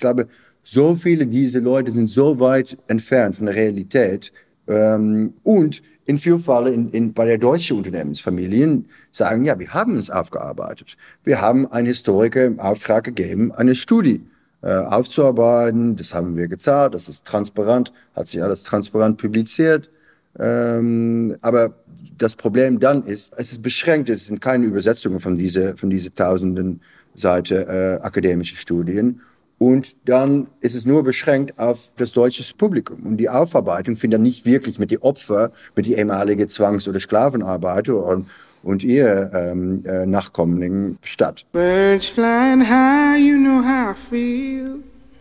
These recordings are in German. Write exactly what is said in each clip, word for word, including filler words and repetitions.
glaube, so viele dieser Leute sind so weit entfernt von der Realität. Ähm, und in vielen Fällen in, in, bei der deutschen Unternehmensfamilien sagen, ja, wir haben es aufgearbeitet. Wir haben einen Historiker im Auftrag gegeben, eine Studie äh, aufzuarbeiten. Das haben wir gezahlt, das ist transparent, hat sich alles transparent publiziert. Ähm, aber das Problem dann ist, es ist beschränkt, es sind keine Übersetzungen von diese, von diese tausenden Seiten äh, akademische Studien. Und dann ist es nur beschränkt auf das deutsche Publikum. Und die Aufarbeitung findet dann nicht wirklich mit den Opfern, mit den ehemaligen Zwangs- oder Sklavenarbeiter und, und ihr ähm, äh, Nachkommlingen statt. Birds flying high, you know how I feel.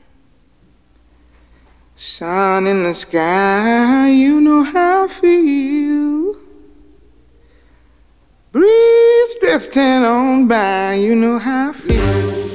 Sun in the sky, you know how I feel. Breeze drifting on by, you know how I feel.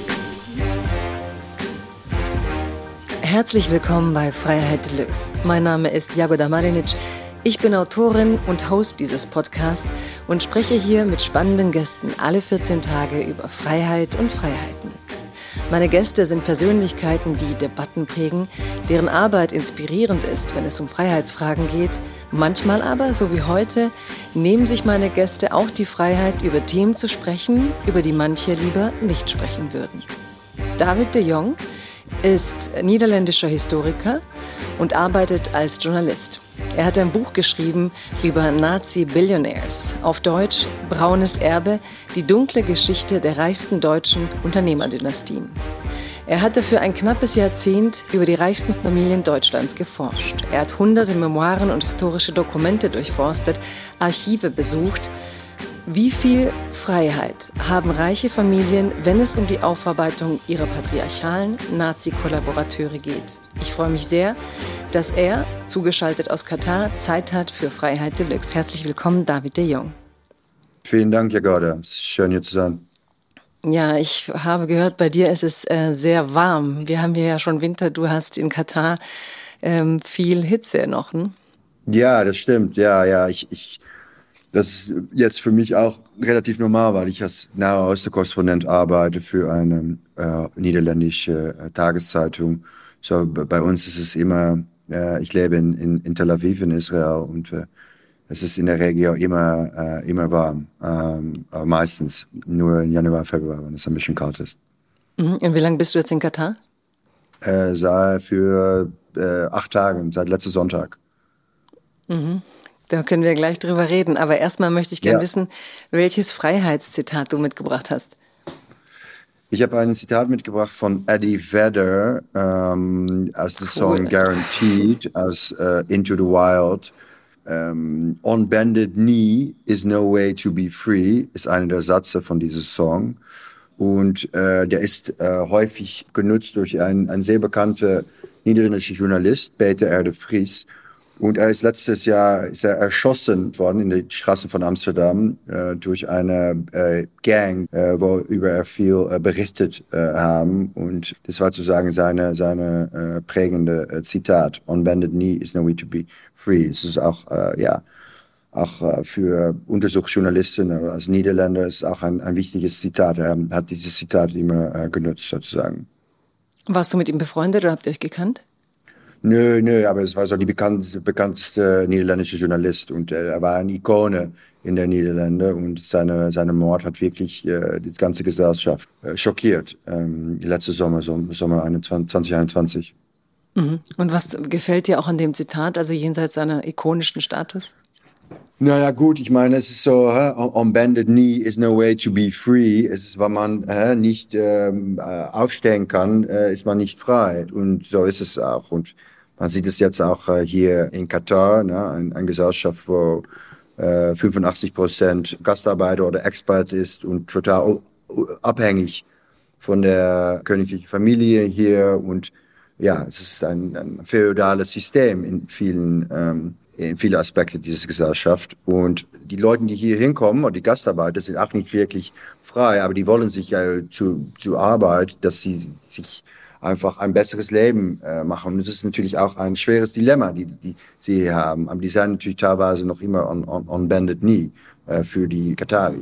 Herzlich willkommen bei Freiheit Deluxe. Mein Name ist Jagoda Marinic. Ich bin Autorin und Host dieses Podcasts und spreche hier mit spannenden Gästen alle vierzehn Tage über Freiheit und Freiheiten. Meine Gäste sind Persönlichkeiten, die Debatten prägen, deren Arbeit inspirierend ist, wenn es um Freiheitsfragen geht. Manchmal aber, so wie heute, nehmen sich meine Gäste auch die Freiheit, über Themen zu sprechen, über die manche lieber nicht sprechen würden. David de Jong ist niederländischer Historiker und arbeitet als Journalist. Er hat ein Buch geschrieben über Nazi-Billionaires, auf Deutsch Braunes Erbe, die dunkle Geschichte der reichsten deutschen Unternehmerdynastien. Er hatte für ein knappes Jahrzehnt über die reichsten Familien Deutschlands geforscht. Er hat hunderte Memoiren und historische Dokumente durchforstet, Archive besucht. Wie viel Freiheit haben reiche Familien, wenn es um die Aufarbeitung ihrer patriarchalen Nazi-Kollaborateure geht? Ich freue mich sehr, dass er, zugeschaltet aus Katar, Zeit hat für Freiheit Deluxe. Herzlich willkommen, David de Jong. Vielen Dank, Jagoda. Es ist schön, hier zu sein. Ja, ich habe gehört, bei dir ist es äh, sehr warm. Wir haben hier ja schon Winter. Du hast in Katar ähm, viel Hitze noch, ne? Ja, das stimmt. Ja, ja, ich... ich Das ist jetzt für mich auch relativ normal, weil ich als Nahe Osten-Korrespondent arbeite für eine äh, niederländische äh, Tageszeitung. So, bei uns ist es immer, äh, ich lebe in, in, in Tel Aviv in Israel und äh, es ist in der Regel immer, äh, immer warm. Ähm, aber meistens nur im Januar, Februar, wenn es ein bisschen kalt ist. Mhm. Und wie lange bist du jetzt in Katar? Äh, sei für äh, acht Tage, seit letzten Sonntag. Mhm. Da können wir gleich drüber reden. Aber erstmal möchte ich gerne Ja. wissen, welches Freiheitszitat du mitgebracht hast. Ich habe ein Zitat mitgebracht von Eddie Vedder ähm, aus dem Cool. Song Guaranteed, aus uh, Into the Wild. Um, On bended knee is no way to be free, ist einer der Sätze von diesem Song. Und äh, der ist äh, häufig genutzt durch einen, einen sehr bekannten niederländischen Journalist, Peter R. de Vries. Und er ist letztes Jahr ist er erschossen worden in den Straßen von Amsterdam äh, durch eine äh, Gang, äh, worüber er viel äh, berichtet äh, haben. Und das war sozusagen seine, seine äh, prägende äh, Zitat. On bended knee is no way to be free. Das ist auch, äh, ja, auch äh, für Untersuchungsjournalisten äh, als Niederländer ist auch ein, ein wichtiges Zitat. Er hat dieses Zitat immer äh, genutzt sozusagen. Warst du mit ihm befreundet oder habt ihr euch gekannt? Nö, nö, aber es war so die bekannteste, bekannteste niederländische Journalist und äh, er war eine Ikone in der Niederlande und seine, seine Mord hat wirklich äh, die ganze Gesellschaft äh, schockiert, ähm, letzte Sommer, so, Sommer zwanzig einundzwanzig. Mhm. Und was gefällt dir auch an dem Zitat, also jenseits seiner ikonischen Status? Naja gut, ich meine, es ist so, hä, on bended knee is no way to be free. Es ist, wenn man hä, nicht ähm, aufstehen kann, äh, ist man nicht frei. Und so ist es auch. Und man sieht es jetzt auch äh, hier in Katar, ne, eine ein Gesellschaft, wo äh, fünfundachtzig Prozent Gastarbeiter oder Expat ist und total abhängig von der königlichen Familie hier. Und ja, es ist ein, ein feudales System in vielen ähm, in viele Aspekte dieser Gesellschaft. Und die Leute, die hier hinkommen, und die Gastarbeiter, sind auch nicht wirklich frei, aber die wollen sich ja zu, zu Arbeit, dass sie sich einfach ein besseres Leben äh, machen. Und das ist natürlich auch ein schweres Dilemma, die, die sie hier haben. Aber die sind natürlich teilweise noch immer on, on, on bended knee äh, für die Kataris.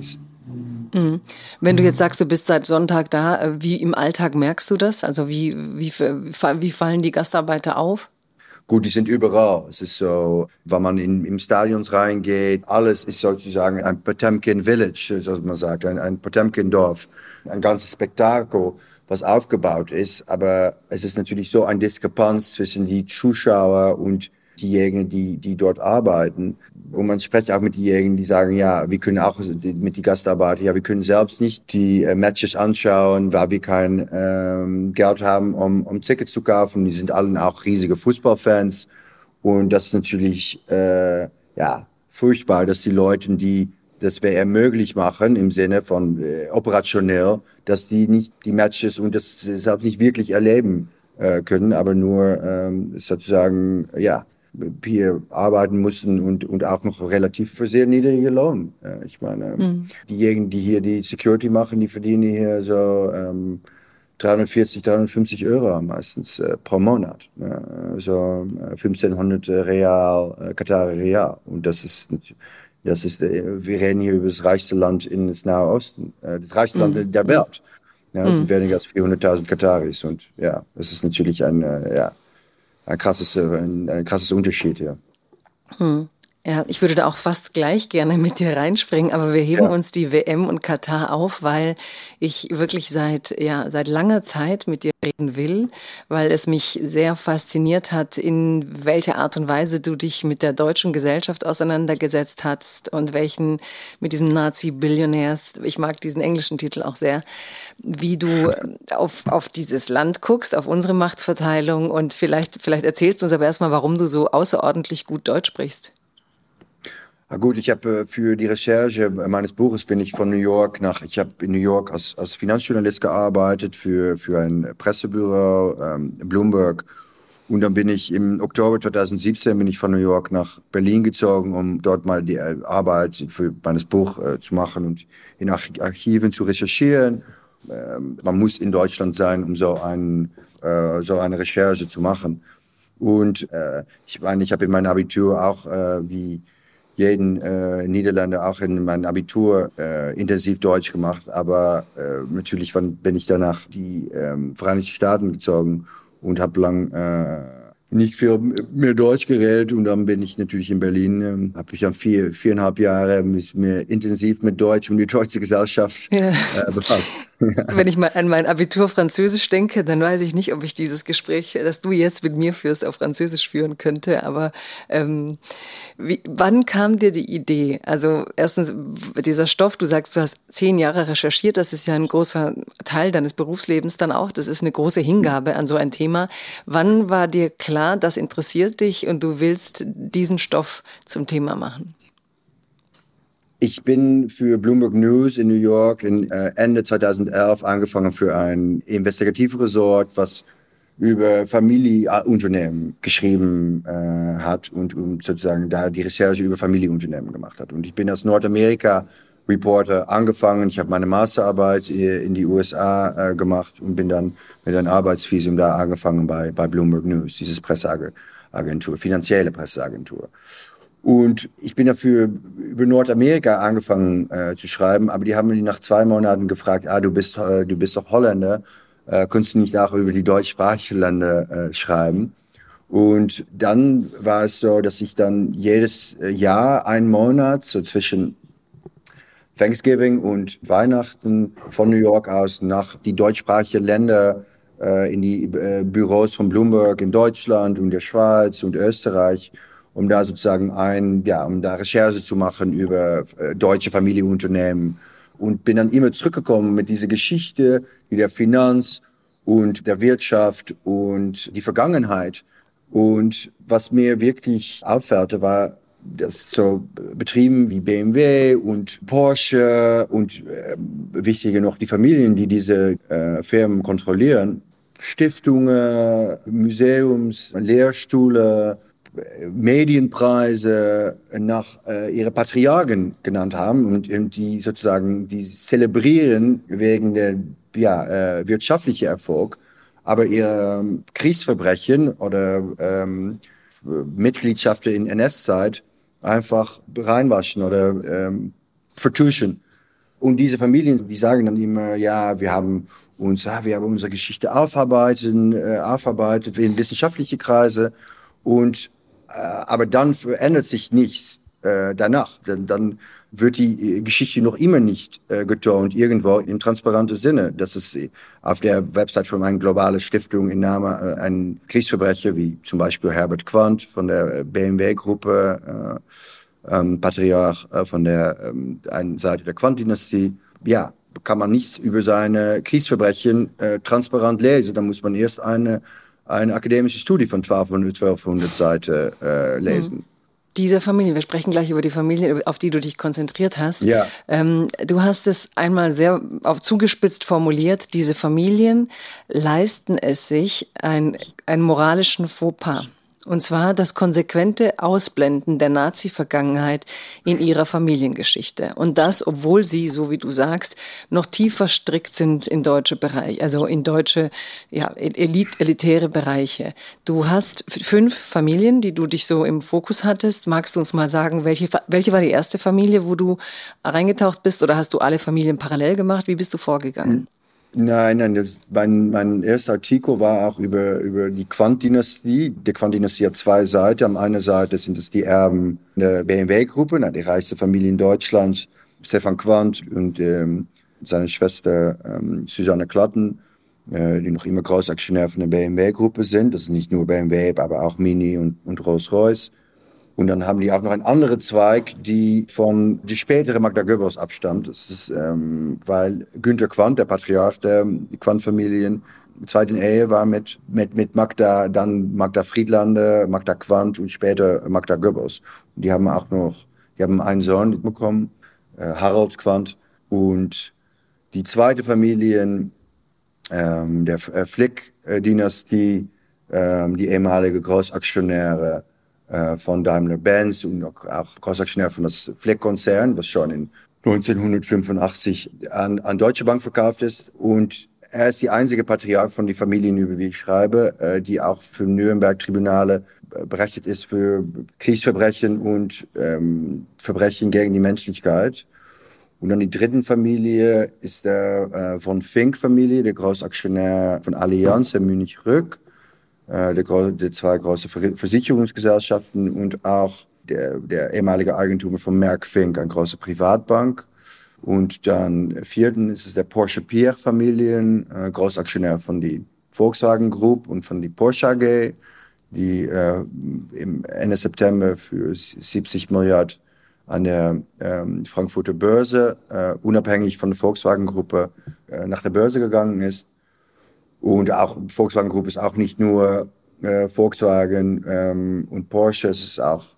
Mhm. Wenn du jetzt sagst, du bist seit Sonntag da, wie im Alltag merkst du das? Also wie, wie, wie fallen die Gastarbeiter auf? Gut, die sind überall. Es ist so, wenn man in, im Stadion reingeht, alles ist sozusagen ein Potemkin Village, so man sagt, ein, ein Potemkin-Dorf. Ein ganzes Spektakel, was aufgebaut ist. Aber es ist natürlich so eine Diskrepanz zwischen die Zuschauer und diejenigen, die, die dort arbeiten. Und man spricht auch mit diejenigen, die sagen, ja, wir können auch mit den Gastarbeitern, ja, wir können selbst nicht die äh, Matches anschauen, weil wir kein ähm, Geld haben, um, um Tickets zu kaufen. Die sind alle auch riesige Fußballfans. Und das ist natürlich, äh, ja, furchtbar, dass die Leute, die das W M möglich machen, im Sinne von äh, operationell, dass die nicht die Matches und das selbst nicht wirklich erleben äh, können, aber nur ähm, sozusagen, ja, hier arbeiten mussten und, und auch noch relativ für sehr niedrige Lohn. Äh, ich meine, mhm. diejenigen, die hier die Security machen, die verdienen hier so ähm, dreihundertvierzig, dreihundertfünfzig Euro meistens äh, pro Monat. Äh, so äh, fünfzehnhundert Real, äh, Katari Real. Und das ist, das ist, äh, wir reden hier über das reichste Land in das Nahe Osten, äh, das reichste mhm. Land der Welt. Ja, das mhm. sind weniger als vierhunderttausend Kataris. Und ja, das ist natürlich ein, äh, ja, ein krasses, ein, ein krasses Unterschied, ja. Hm. Ja, ich würde da auch fast gleich gerne mit dir reinspringen, aber wir heben ja. uns die W M und Katar auf, weil ich wirklich seit, ja, seit langer Zeit mit dir reden will, weil es mich sehr fasziniert hat, in welcher Art und Weise du dich mit der deutschen Gesellschaft auseinandergesetzt hast und welchen, mit diesem Nazi-Billionärs, ich mag diesen englischen Titel auch sehr, wie du auf, auf dieses Land guckst, auf unsere Machtverteilung und vielleicht, vielleicht erzählst du uns aber erstmal, warum du so außerordentlich gut Deutsch sprichst. Na gut, ich habe äh, für die Recherche meines Buches bin ich von New York nach, ich habe in New York als, als Finanzjournalist gearbeitet für, für ein Pressebüro, ähm, Bloomberg. Und dann bin ich im Oktober zweitausendsiebzehn bin ich von New York nach Berlin gezogen, um dort mal die Arbeit für meines Buch äh, zu machen und in Arch- Archiven zu recherchieren. Ähm, man muss in Deutschland sein, um so, ein, äh, so eine Recherche zu machen. Und äh, ich meine, ich habe in meinem Abitur auch äh, wie jeden äh, Niederländer auch in meinem Abitur äh, intensiv Deutsch gemacht, aber äh, natürlich wann, bin ich danach die ähm, Vereinigten Staaten gezogen und habe lang äh, nicht viel mehr Deutsch geredet und dann bin ich natürlich in Berlin, ähm, habe ich dann vier, viereinhalb Jahre mich mehr intensiv mit Deutsch und die deutsche Gesellschaft ja. äh, befasst. Wenn ich mal an mein Abitur Französisch denke, dann weiß ich nicht, ob ich dieses Gespräch, das du jetzt mit mir führst, auf Französisch führen könnte, aber ähm, wie, wann kam dir die Idee? Also erstens, dieser Stoff, du sagst, du hast zehn Jahre recherchiert, das ist ja ein großer Teil deines Berufslebens dann auch, das ist eine große Hingabe an so ein Thema. Wann war dir klar, das interessiert dich und du willst diesen Stoff zum Thema machen? Ich bin für Bloomberg News in New York in äh, Ende zweitausendelf angefangen für ein Investigativresort, was über Familienunternehmen geschrieben äh, hat und um, sozusagen da die Recherche über Familienunternehmen gemacht hat. Und ich bin als Nordamerika-Reporter angefangen. Ich habe meine Masterarbeit in die U S A äh, gemacht und bin dann mit einem Arbeitsvisum da angefangen bei, bei Bloomberg News, dieses Presseagentur, finanzielle Presseagentur. Und ich bin dafür über Nordamerika angefangen äh, zu schreiben, aber die haben mich nach zwei Monaten gefragt, ah, du bist, äh, du bist doch Holländer, äh, kannst du nicht auch über die deutschsprachigen Länder äh, schreiben? Und dann war es so, dass ich dann jedes Jahr, einen Monat, so zwischen Thanksgiving und Weihnachten von New York aus nach die deutschsprachigen Länder äh, in die äh, Büros von Bloomberg in Deutschland und der Schweiz und Österreich, um da sozusagen ein, ja, um da Recherche zu machen über äh, deutsche Familienunternehmen. Und bin dann immer zurückgekommen mit dieser Geschichte, die der Finanz und der Wirtschaft und die Vergangenheit. Und was mir wirklich auffällte, war, dass so Betrieben wie B M W und Porsche und äh, wichtiger noch die Familien, die diese äh, Firmen kontrollieren, Stiftungen, Museums, Lehrstühle, Medienpreise nach äh, ihre Patriarchen genannt haben und, und die sozusagen die zelebrieren wegen der ja, äh, wirtschaftlichen Erfolg, aber ihre ähm, Kriegsverbrechen oder ähm, Mitgliedschaft in N S-Zeit einfach reinwaschen oder ähm, vertuschen. Und diese Familien, die sagen dann immer, ja, wir haben uns, ja, wir haben unsere Geschichte aufarbeiten, äh, aufarbeitet in wissenschaftliche Kreise. Und, äh, aber dann verändert sich nichts äh, danach. Dann, dann wird die Geschichte noch immer nicht äh, getont, irgendwo im transparenten Sinne. Das ist auf der Website von einer globalen Stiftung im Namen äh, ein Kriegsverbrecher, wie zum Beispiel Herbert Quandt von der B M W-Gruppe, äh, ähm, Patriarch äh, von der ähm, einen Seite der Quandt-Dynastie. Ja, kann man nichts über seine Kriegsverbrechen äh, transparent lesen. Da muss man erst eine, eine akademische Studie von zwölfhundert Seiten äh, lesen. Mhm. Diese Familie, wir sprechen gleich über die Familie, auf die du dich konzentriert hast. Ja. Ähm, du hast es einmal sehr auf zugespitzt formuliert, diese Familien leisten es sich, ein, einen moralischen Fauxpas. Und zwar das konsequente Ausblenden der Nazi-Vergangenheit in ihrer Familiengeschichte. Und das, obwohl sie, so wie du sagst, noch tief verstrickt sind in deutsche Bereiche, also in deutsche, ja, elit elitäre Bereiche. Du hast fünf Familien, die du dich so im Fokus hattest. Magst du uns mal sagen, welche, welche war die erste Familie, wo du reingetaucht bist? Oder hast du alle Familien parallel gemacht? Wie bist du vorgegangen? Mhm. Nein, nein, das, mein, mein erster Artikel war auch über, über die Quandt-Dynastie. Die Quandt-Dynastie hat zwei Seiten. Am einen Seite sind es die Erben der B M W-Gruppe, die reichste Familie in Deutschland, Stefan Quandt und ähm, seine Schwester ähm, Susanne Klatten, äh, die noch immer Großaktionär von der B M W-Gruppe sind. Das ist nicht nur B M W, aber auch Mini und, und Rolls-Royce. Und dann haben die auch noch einen anderen Zweig, die von die spätere Magda Goebbels abstammt. Das ist, ähm, weil Günter Quandt, der Patriarch der Quandt-Familien, zweiten Ehe war mit, mit, mit Magda, dann Magda Friedlander, Magda Quandt und später Magda Goebbels. Und die haben auch noch, die haben einen Sohn bekommen, äh, Harald Quandt. Und die zweite Familie, ähm, der äh, Flick-Dynastie, ähm, die ehemalige Großaktionäre, von Daimler-Benz und auch Großaktionär von das Flick-Konzern, was schon in neunzehnhundertfünfundachtzig an, an Deutsche Bank verkauft ist. Und er ist die einzige Patriarch von den Familien, über die ich schreibe, die auch für Nürnberg-Tribunale berechtigt ist für Kriegsverbrechen und ähm, Verbrechen gegen die Menschlichkeit. Und dann die dritte Familie ist der äh, von Fink-Familie, der Großaktionär von Allianz, der Munich-Rück. Der, der zwei große Versicherungsgesellschaften und auch der, der ehemalige Eigentümer von Merck Fink, eine große Privatbank. Und dann vierten ist es der Porsche-Pierre-Familien, äh, Großaktionär von der Volkswagen Group und von der Porsche A G, die äh, im Ende September für siebzig Milliarden an der ähm, Frankfurter Börse, äh, unabhängig von der Volkswagen-Gruppe, äh, nach der Börse gegangen ist. Und auch Volkswagen Group ist auch nicht nur äh, Volkswagen ähm, und Porsche, es ist auch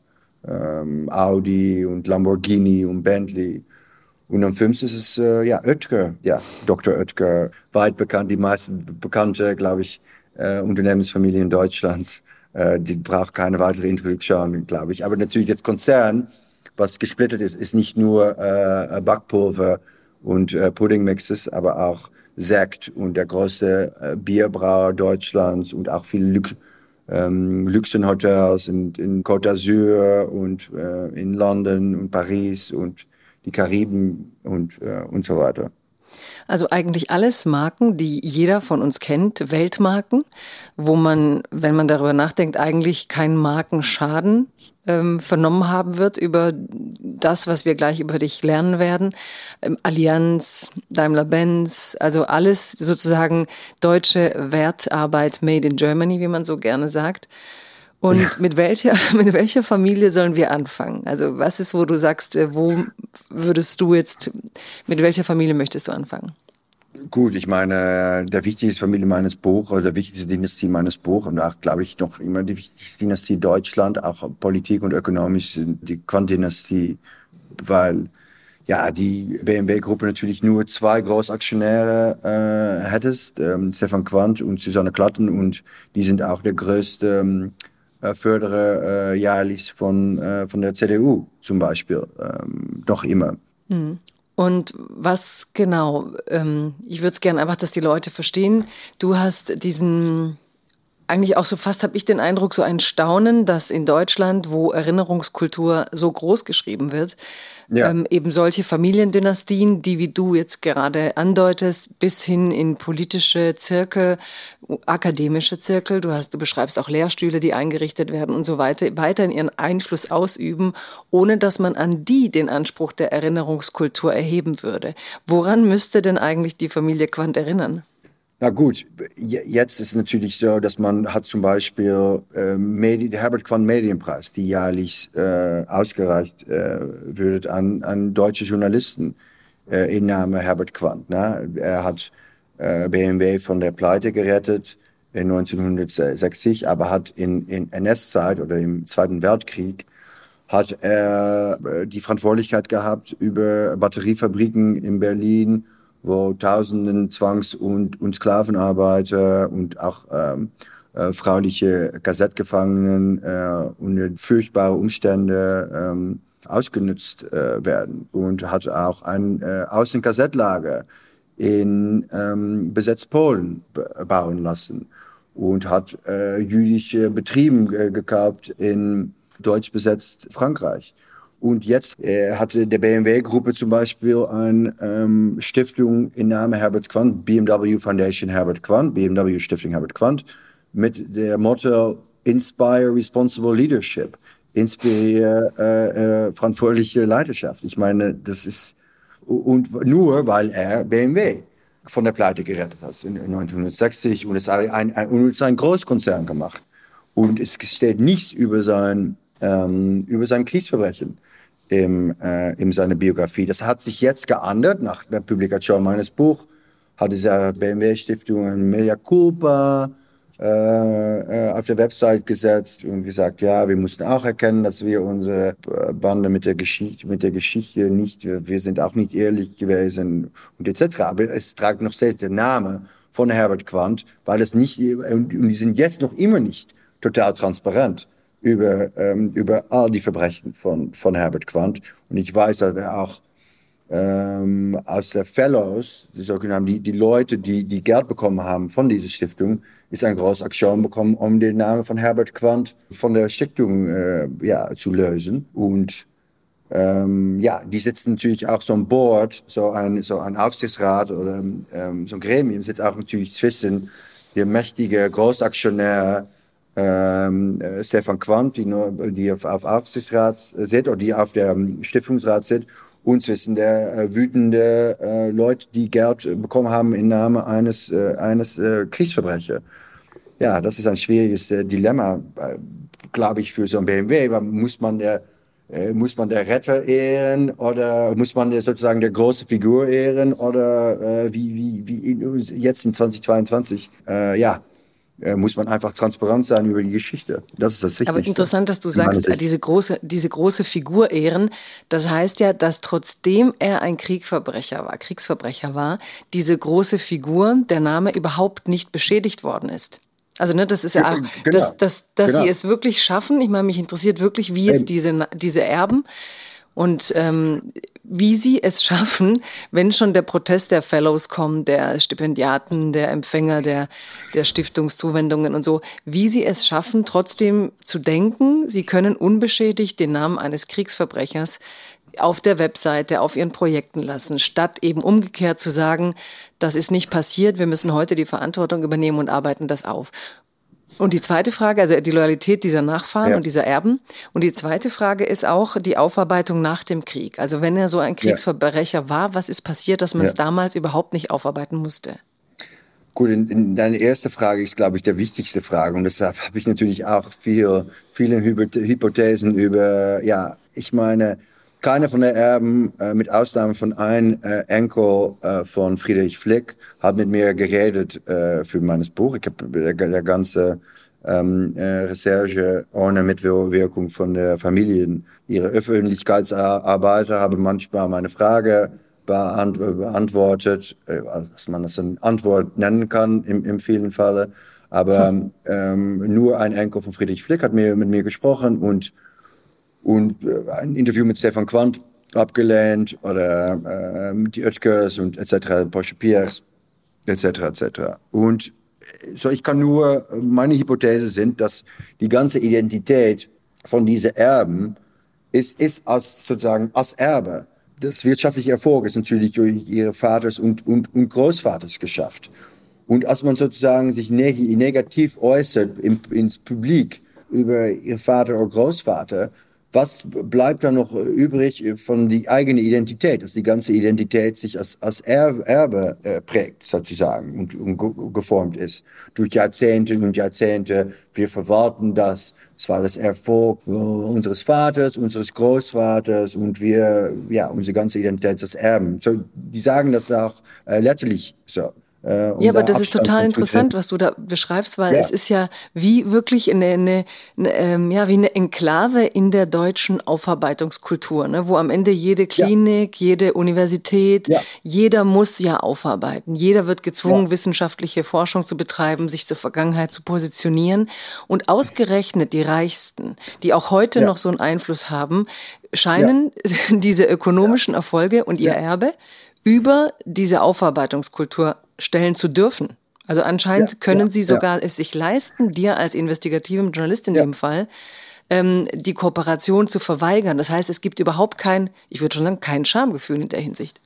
ähm, Audi und Lamborghini und Bentley. Und am fünften ist es äh, ja, Oetker, ja, Doktor Oetker, weit bekannt, die meisten bekannte, glaube ich, äh, Unternehmensfamilie in Deutschland. Äh, die braucht keine weitere Introduktion, glaube ich. Aber natürlich das Konzern, was gesplittet ist, ist nicht nur äh, Backpulver und äh, Puddingmixes, aber auch Sekt und der größte äh, Bierbrauer Deutschlands und auch viele Lux, ähm, Luxenhotels in, in Côte d'Azur und äh, in London und Paris und die Kariben und, äh, und so weiter. Also eigentlich alles Marken, die jeder von uns kennt, Weltmarken, wo man, wenn man darüber nachdenkt, eigentlich keinen Markenschaden ähm, vernommen haben wird über das, was wir gleich über dich lernen werden. Ähm, Allianz, Daimler-Benz, also alles sozusagen deutsche Wertarbeit made in Germany, wie man so gerne sagt. Und ja. mit welcher, mit welcher Familie sollen wir anfangen? Also was ist, wo du sagst, wo würdest du jetzt, mit welcher Familie möchtest du anfangen? Gut, ich meine, der wichtigste Familie meines Buches, oder der wichtigste Dynastie meines Buches und auch, glaube ich, noch immer die wichtigste Dynastie Deutschland, auch Politik und ökonomisch sind die Quandt-Dynastie, weil ja, die B M W-Gruppe natürlich nur zwei Großaktionäre äh, hättest, ähm, Stefan Quandt und Susanne Klatten, und die sind auch der größte ähm, Förderer äh, jährlich von, äh, von der C D U zum Beispiel, ähm, noch immer. Mhm. Und was genau, ähm, ich würde es gerne einfach, dass die Leute verstehen, du hast diesen eigentlich auch so fast, habe ich den Eindruck, so ein Staunen, dass in Deutschland, wo Erinnerungskultur so groß geschrieben wird, ja. ähm, eben solche Familiendynastien, die wie du jetzt gerade andeutest, bis hin in politische Zirkel, akademische Zirkel, du hast, du beschreibst auch Lehrstühle, die eingerichtet werden und so weiter, weiterhin ihren Einfluss ausüben, ohne dass man an die den Anspruch der Erinnerungskultur erheben würde. Woran müsste denn eigentlich die Familie Quandt erinnern? Na gut, jetzt ist es natürlich so, dass man hat zum Beispiel äh, Medi- der Herbert Quandt Medienpreis, die jährlich äh, ausgereicht äh, wird an, an deutsche Journalisten äh, im Namen Herbert Quandt. Ne? Er hat äh, B M W von der Pleite gerettet in neunzehnhundertsechzig, aber hat in, in N S-Zeit oder im Zweiten Weltkrieg hat er äh, die Verantwortlichkeit gehabt über Batteriefabriken in Berlin, wo Tausenden Zwangs- und, und Sklavenarbeiter und auch ähm, äh, frauliche K Z-Gefangenen äh, unter furchtbare Umstände ähm, ausgenutzt äh, werden. Und hat auch ein äh, Außen-K Z-Lager in ähm, besetzt Polen bauen lassen und hat äh, jüdische Betriebe äh, gekauft in deutsch besetzt Frankreich. Und jetzt äh, hatte der B M W-Gruppe zum Beispiel eine ähm, Stiftung im Namen Herbert Quandt, B M W Foundation Herbert Quandt, B M W Stiftung Herbert Quandt, mit der Motto Inspire Responsible Leadership, inspiriere äh, äh, verantwortliche Leidenschaft. Ich meine, das ist, und nur weil er B M W von der Pleite gerettet hat in neunzehnhundertsechzig und es hat ein, ein, ein, ein Großkonzern gemacht. Und es steht nichts über sein, ähm, über sein Kriegsverbrechen in äh, in seiner Biografie. Das hat sich jetzt geändert. Nach der Publikation meines Buchs hat diese B M W-Stiftung ein Mea Culpa äh, äh, auf der Website gesetzt und gesagt, ja, wir mussten auch erkennen, dass wir unsere Bande mit der Geschichte, mit der Geschichte nicht, wir sind auch nicht ehrlich gewesen und et cetera. Aber es trägt noch stets der Name von Herbert Quandt, weil es nicht, und die sind jetzt noch immer nicht total transparent über, ähm, über all die Verbrechen von, von Herbert Quandt. Und ich weiß, dass er auch ähm, aus der Fellows, die, sogenannten, die, die Leute, die, die Geld bekommen haben von dieser Stiftung, ist eine große Aktion bekommen, um den Namen von Herbert Quandt von der Stiftung äh, ja, zu lösen. Und ähm, ja, die sitzen natürlich auch so ein Board, so ein, so ein Aufsichtsrat oder ähm, so ein Gremium, sitzt auch natürlich zwischen der mächtige Großaktionär ähm, äh, Stefan Quandt, die, nur, die auf, auf Aufsichtsrat sitzt oder die auf der ähm, Stiftungsrat sitzt, und zwischen der äh, wütende äh, Leute, die Geld bekommen haben im Namen eines, äh, eines äh, Kriegsverbrechers. Ja, das ist ein schwieriges äh, Dilemma, äh, glaube ich, für so ein B M W. Muss man der äh, muss man der Retter ehren oder muss man der, sozusagen der große Figur ehren oder äh, wie, wie, wie in, jetzt in zweitausendzweiundzwanzig, äh, ja, äh, muss man einfach transparent sein über die Geschichte. Das ist das Wichtigste. Aber interessant, dass du sagst, diese große, diese große Figur ehren. Das heißt ja, dass trotzdem er ein Kriegsverbrecher war, Kriegsverbrecher war, diese große Figur, der Name überhaupt nicht beschädigt worden ist. Also ne, das ist ja auch, genau, dass, dass, dass genau. sie es wirklich schaffen. Ich meine, mich interessiert wirklich, wie jetzt diese, diese Erben und ähm, wie sie es schaffen, wenn schon der Protest der Fellows kommt, der Stipendiaten, der Empfänger der, der Stiftungszuwendungen und so, wie sie es schaffen, trotzdem zu denken, sie können unbeschädigt den Namen eines Kriegsverbrechers auf der Webseite, auf ihren Projekten lassen, statt eben umgekehrt zu sagen, das ist nicht passiert, wir müssen heute die Verantwortung übernehmen und arbeiten das auf. Und die zweite Frage, also die Loyalität dieser Nachfahren ja. und dieser Erben. Und die zweite Frage ist auch die Aufarbeitung nach dem Krieg. Also wenn er so ein Kriegsverbrecher ja. war, was ist passiert, dass man ja. es damals überhaupt nicht aufarbeiten musste? Gut, in, in deine erste Frage ist, glaube ich, der wichtigste Frage. Und deshalb habe ich natürlich auch viel, viele Hypothesen über, ja, ich meine, keiner von den Erben, äh, mit Ausnahme von einem äh, Enkel äh, von Friedrich Flick, hat mit mir geredet äh, für mein Buch. Ich habe der, der ganze ähm, äh, Recherche ohne Mitwirkung von der Familien, ihre Öffentlichkeitsarbeiter, habe manchmal meine Frage beant beantwortet, äh, was man das eine Antwort nennen kann im, im vielen Falle. Aber hm. ähm, nur ein Enkel von Friedrich Flick hat mir, mit mir gesprochen und Und äh, ein Interview mit Stefan Quandt abgelehnt oder äh, die Oetkers und et cetera, Porsche Piers et cetera et cetera. Und so ich kann nur, meine Hypothese sind, dass die ganze Identität von diesen Erben ist, ist als sozusagen als Erbe. Das wirtschaftliche Erfolg ist natürlich durch ihre Vaters und, und, und Großvaters geschafft. Und als man sozusagen sich neg negativ äußert im, ins Publik über ihr Vater oder Großvater, was bleibt da noch übrig von die eigene Identität, dass die ganze Identität sich als, als Erbe, Erbe äh, prägt, sozusagen, und, und geformt ist. Durch Jahrzehnte und Jahrzehnte. Wir verwarten das. Es war das Erfolg unseres Vaters, unseres Großvaters und wir, ja, unsere ganze Identität ist das Erben. So, die sagen das auch äh, letztlich so. Äh, Ja, um aber da das ist Abstand total von zu nehmen. interessant, was du da beschreibst, weil es Ja, ist ja wie wirklich eine, eine, eine ähm, ja, wie eine Enklave in der deutschen Aufarbeitungskultur, ne? Wo am Ende jede ja, Klinik, jede Universität, ja, jeder muss ja aufarbeiten. Jeder wird ja, gezwungen, wissenschaftliche Forschung zu betreiben, sich zur Vergangenheit zu positionieren. Und ausgerechnet die Reichsten, die auch heute ja, noch so einen Einfluss haben, ja, scheinen diese ja, ökonomischen Erfolge und ihr ja, Erbe über diese Aufarbeitungskultur stellen zu dürfen. Also ja, anscheinend ja, können sie ja, sogar es sich leisten, dir als investigativem Journalist in ja. dem Fall, ähm, die Kooperation zu verweigern. Das heißt, es gibt überhaupt kein, ich würde schon sagen, kein Schamgefühl in der Hinsicht.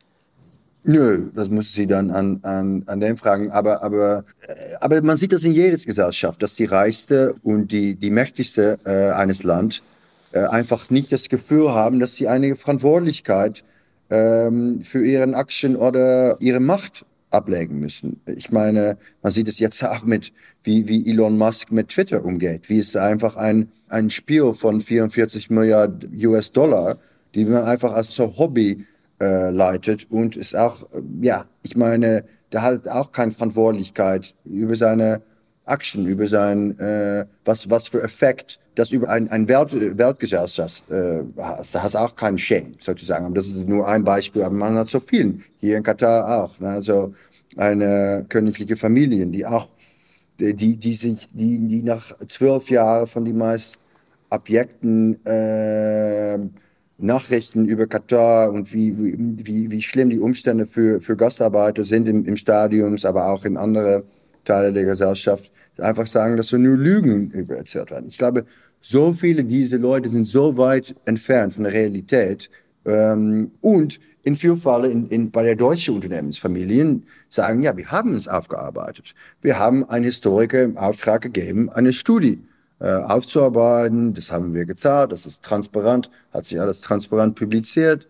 Nö, das muss sie dann an, an, an den fragen. Aber, aber, äh, aber man sieht das in jeder Gesellschaft, dass die reichste und die, die mächtigste äh, eines Landes äh, einfach nicht das Gefühl haben, dass sie eine Verantwortlichkeit ähm, für ihren Action oder ihre Macht ablegen müssen. Ich meine, man sieht es jetzt auch mit, wie, wie Elon Musk mit Twitter umgeht, wie es einfach ein, ein Spiel von vierundvierzig Milliarden U S-Dollar, die man einfach als so Hobby äh, leitet und ist auch, äh, ja, ich meine, der hat auch keine Verantwortlichkeit über seine Action, über sein, äh, was, was für Effekt das über ein, ein Welt, Weltgesellschaft äh, hast. Da hast auch keinen Shame, sozusagen. Aber das ist nur ein Beispiel, aber man hat so vielen, hier in Katar auch. Ne? Also eine königliche Familie, die auch, die, die sich, die, die nach zwölf Jahren von den meist abjekten äh, Nachrichten über Katar und wie, wie, wie schlimm die Umstände für, für Gastarbeiter sind im, im Stadiums, aber auch in andere Teile der Gesellschaft, einfach sagen, dass so nur Lügen übererzählt werden. Ich glaube, so viele dieser Leute sind so weit entfernt von der Realität ähm, und in vielen Fällen in, in, bei der deutschen Unternehmensfamilien sagen, ja, wir haben es aufgearbeitet. Wir haben einen Historiker im Auftrag gegeben, eine Studie äh, aufzuarbeiten. Das haben wir gezahlt, das ist transparent, hat sich alles transparent publiziert.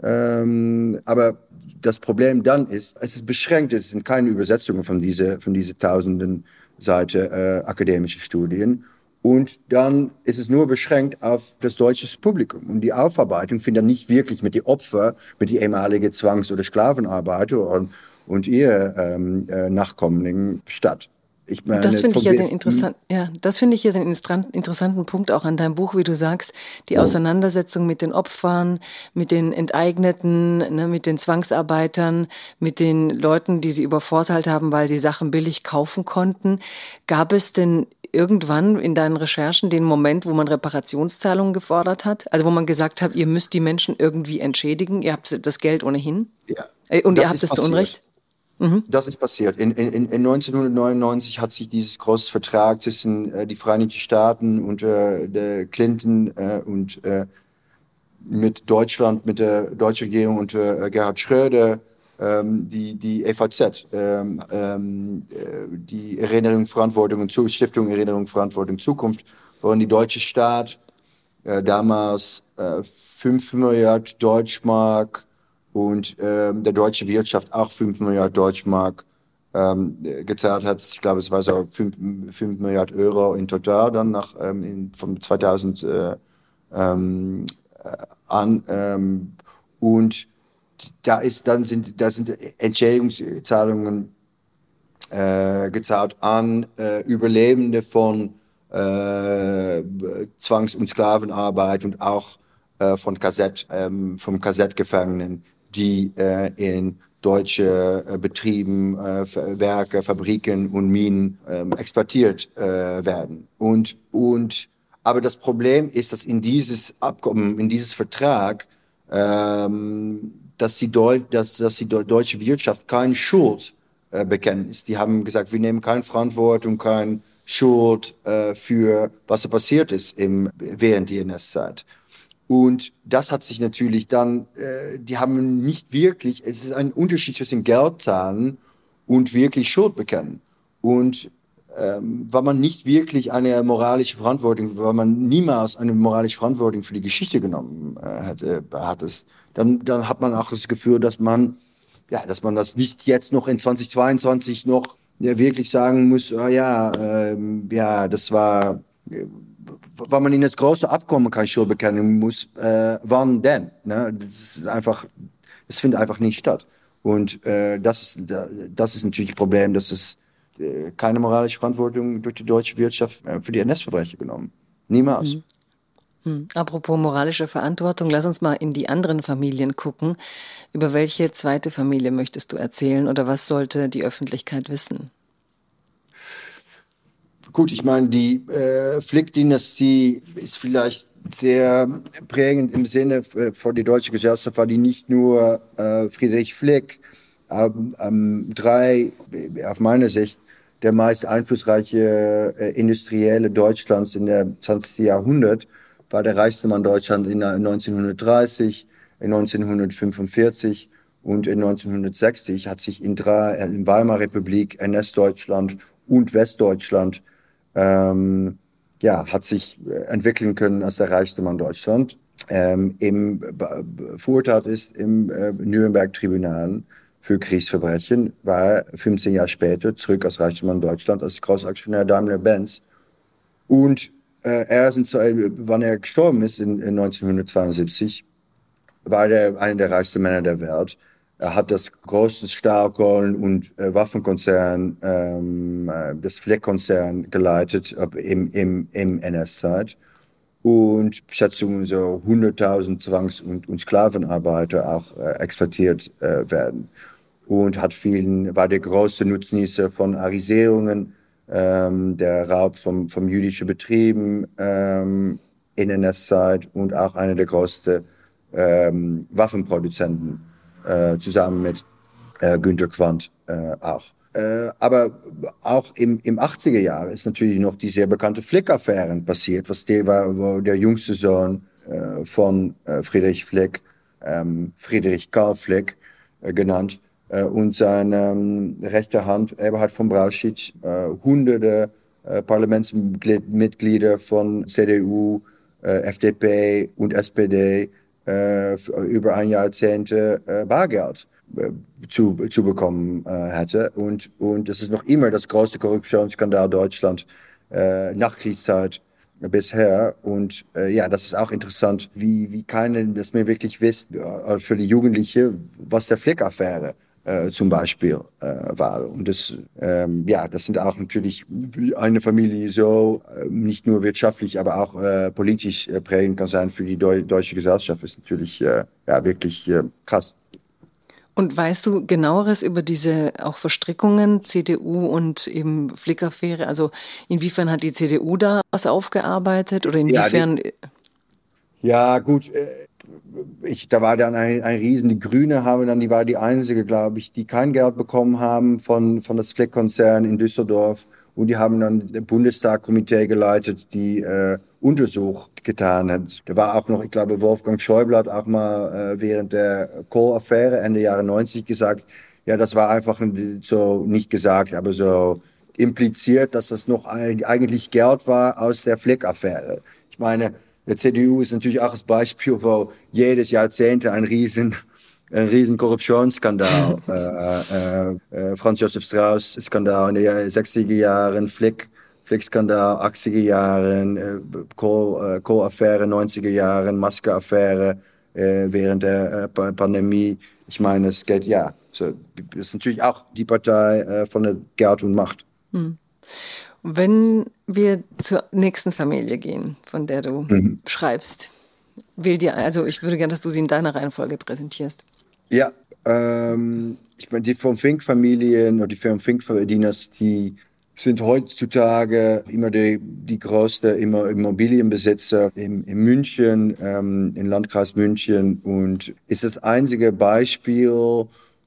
Ähm, aber das Problem dann ist, es ist beschränkt, es sind keine Übersetzungen von diese, von diese tausenden Seiten äh, akademische Studien. Und dann ist es nur beschränkt auf das deutsche Publikum. Und die Aufarbeitung findet dann nicht wirklich mit den Opfern, mit den ehemaligen Zwangs- oder Sklavenarbeiter und, und ihr ähm, äh, Nachkommenen statt. Ich Das meine, finde ich von, ja den interessant, ja, das finde ich ja den instran- interessanten Punkt auch an deinem Buch, wie du sagst, die Auseinandersetzung mit den Opfern, mit den Enteigneten, ne, mit den Zwangsarbeitern, mit den Leuten, die sie übervorteilt haben, weil sie Sachen billig kaufen konnten. Gab es denn irgendwann in deinen Recherchen den Moment, wo man Reparationszahlungen gefordert hat? Also wo man gesagt hat, ihr müsst die Menschen irgendwie entschädigen, ihr habt das Geld ohnehin ja, äh, und ihr das habt ist es zu passiert. Unrecht? Mhm. Das ist passiert. In, in, in neunzehnhundertneunundneunzig hat sich dieses große Vertrag zwischen äh, die Vereinigten Staaten und äh, der Clinton äh, und äh, mit Deutschland, mit der deutschen Regierung unter äh, Gerhard Schröder, ähm, die, die F A Z, ähm, ähm, äh, die Erinnerung, Verantwortung und Zu Stiftung Erinnerung, Verantwortung, Zukunft, worin die deutsche Staat äh, damals äh, fünf Milliarden Deutschmark und ähm, der deutsche Wirtschaft auch fünf Milliarden Deutschmark ähm, gezahlt hat. Ich glaube, es war so fünf Milliarden Euro in total dann nach ähm, in, von zweitausend äh, ähm, an. Ähm, und da ist dann sind, da sind Entschädigungszahlungen äh, gezahlt an äh, Überlebende von äh, Zwangs- und Sklavenarbeit und auch äh, von K Z, ähm, vom K Z-Gefangenen, die äh, in deutsche äh, Betrieben, äh, Werke, Fabriken und Minen äh, exportiert äh, werden. Und, und, aber das Problem ist, dass in dieses Abkommen, in dieses Vertrag, ähm, dass die, Deu dass, dass die deutsche Wirtschaft keine Schuld äh, Bekenntnis. Die haben gesagt, wir nehmen keine Verantwortung, keine Schuld äh, für was da passiert ist im, während der N S-Zeit. Und das hat sich natürlich dann, äh, die haben nicht wirklich, es ist ein Unterschied zwischen Geld zahlen und wirklich Schuld bekennen. Und ähm, weil man nicht wirklich eine moralische Verantwortung, weil man niemals eine moralische Verantwortung für die Geschichte genommen äh, hat, äh, hat es, dann, dann hat man auch das Gefühl, dass man, ja, dass man das nicht jetzt noch in zweitausendzweiundzwanzig noch ja, wirklich sagen muss, oh ja, ähm, ja, das war, äh, weil man in das große Abkommen keine Schuld bekennen muss, äh, wann denn? Ne? Das ist einfach, das findet einfach nicht statt. Und äh, das, das ist natürlich ein Problem, dass es äh, keine moralische Verantwortung durch die deutsche Wirtschaft äh, für die N S-Verbrecher genommen. Niemals. Hm. Hm. Apropos moralische Verantwortung, lass uns mal in die anderen Familien gucken. Über welche zweite Familie möchtest du erzählen oder was sollte die Öffentlichkeit wissen? Gut, ich meine, die äh, Flick-Dynastie ist vielleicht sehr prägend im Sinne äh, für die deutsche Gesellschaft, weil die nicht nur äh, Friedrich Flick, ähm, ähm, drei, äh, auf meine Sicht, der meist einflussreiche äh, Industrielle Deutschlands in der zwanzigsten. Jahrhundert, war der reichste Mann Deutschlands in neunzehnhundertdreißig, in neunzehnhundertfünfundvierzig und in neunzehnhundertsechzig hat sich in, drei, äh, in Weimarer Republik, N S-Deutschland und Westdeutschland ähm, ja, hat sich entwickeln können als der reichste Mann Deutschland. Ähm, im, verurteilt ist im äh, Nürnberg-Tribunal für Kriegsverbrechen, war fünfzehn Jahre später zurück als reichster Mann Deutschland als Großaktionär Daimler-Benz. Und äh, er ist in, wann er gestorben ist in, in neunzehnhundertzweiundsiebzig, war er einer der reichsten Männer der Welt. Er hat das große Stahlkohlen- und äh, Waffenkonzern, ähm, äh, das Fleck-Konzern geleitet äh, im, im, im N S-Zeit. Und Schätzungen so hunderttausend Zwangs- und, und Sklavenarbeiter auch äh, exportiert äh, werden. Und hat vielen, war der große Nutznießer von Arisierungen, ähm, der Raub vom, vom jüdischen Betrieben ähm, in N S-Zeit und auch einer der größten ähm, Waffenproduzenten äh, zusammen mit äh, Günter Quandt äh, auch. Äh, aber auch im, im achtziger Jahre ist natürlich noch die sehr bekannte Flick-Affäre passiert, was der war, wo der jüngste Sohn äh, von äh, Friedrich Flick, ähm, Friedrich Karl Flick äh, genannt, äh, und seine ähm, rechte Hand Eberhard von Brauchitsch äh, hunderte äh, Parlamentsmitglieder von C D U, äh, F D P und S P D äh, über ein Jahrzehnt äh, Bargeld äh, zu, zu bekommen äh, hätte. Und, und das ist noch immer das größte Korruptionsskandal Deutschland äh, Nachkriegszeit bisher. Und äh, ja, das ist auch interessant, wie, wie keiner das mehr wirklich wisst, äh, für die Jugendlichen, was der Flick-Affäre äh, zum Beispiel äh, war. Und das, ähm, ja, das sind auch natürlich wie eine Familie so äh, nicht nur wirtschaftlich, aber auch äh, politisch äh, prägend kann sein für die Deu deutsche Gesellschaft. Das ist natürlich äh, ja, wirklich äh, krass. Und weißt du genaueres über diese auch Verstrickungen C D U und eben Flick-Affäre? Also inwiefern hat die C D U da was aufgearbeitet oder inwiefern? Ja, die, ja gut, äh, ich, da war dann ein, ein Riesen, die Grüne haben dann, die war die einzige, glaube ich, die kein Geld bekommen haben von, von das Flick-Konzern in Düsseldorf. Und die haben dann das Bundestagskomitee geleitet, die äh, Untersuch getan hat. Da war auch noch, ich glaube, Wolfgang Schäuble hat auch mal äh, während der Kohl-Affäre Ende Jahre neunzig gesagt, ja, das war einfach so, nicht gesagt, aber so impliziert, dass das noch eigentlich Geld war aus der Flick-Affäre. Ich meine, der C D U ist natürlich auch das Beispiel, wo jedes Jahrzehnt ein riesen, ein riesen Korruptionsskandal, äh, äh, äh, Franz Josef Strauß-Skandal in den sechziger Jahren, Flick, Flick-Skandal, achtziger Jahren, äh, Kohl-Affäre, neunziger Jahren, Maske-Affäre äh, während der äh, Pandemie. Ich meine, es geht, ja, so, das ist natürlich auch die Partei äh, von der Geld und Macht. Hm. Wenn wir zur nächsten Familie gehen, von der du mhm. schreibst, wähl dir, also ich würde gerne, dass du sie in deiner Reihenfolge präsentierst. Ja, ähm, ich meine, die von Fink-Familien oder die von Fink-Dynastie sind heutzutage immer die, die größte Immobilienbesitzer in, in München, ähm, im Landkreis München, und ist das einzige Beispiel,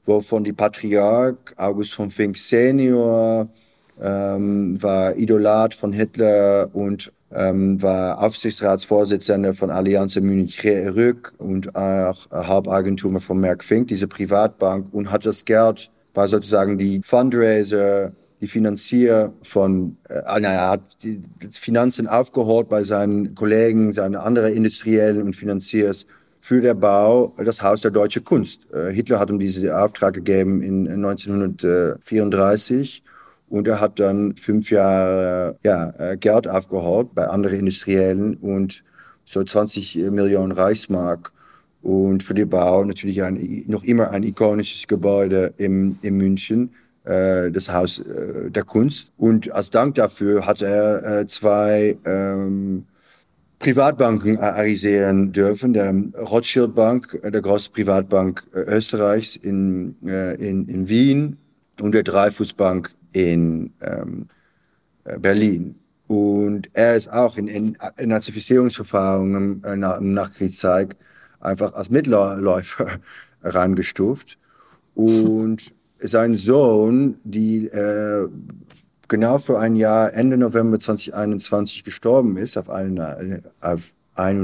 wovon die Patriarch August von Fink Senior ähm, war Idolat von Hitler und ähm, war Aufsichtsratsvorsitzender von Allianz Munich Rück und auch Haupteigentümer von Merck Fink, diese Privatbank, und hat das Geld, war sozusagen die Fundraiser, die Finanzier von, äh, er hat die Finanzen aufgeholt bei seinen Kollegen, seinen anderen Industriellen und Finanziers für den Bau das Haus der Deutschen Kunst. Äh, Hitler hat ihm diesen Auftrag gegeben in neunzehnhundertvierunddreißig und er hat dann fünf Jahre ja, Geld aufgeholt bei anderen Industriellen und so zwanzig Millionen Reichsmark. Und für den Bau natürlich ein, noch immer ein ikonisches Gebäude im, in München, äh, das Haus äh, der Kunst. Und als Dank dafür hat er äh, zwei ähm, Privatbanken arisieren dürfen. Der Rothschild Bank, der größte Privatbank Österreichs in, äh, in, in Wien, und der Dreyfus Bank in ähm, Berlin. Und er ist auch in, in, in Nazifizierungsverfahren äh, nach, im Nachkriegszeit einfach als Mitläufer herangestuft. Und sein Sohn, die äh, genau vor ein Jahr, Ende November zweitausendeinundzwanzig gestorben ist, auf, eine, auf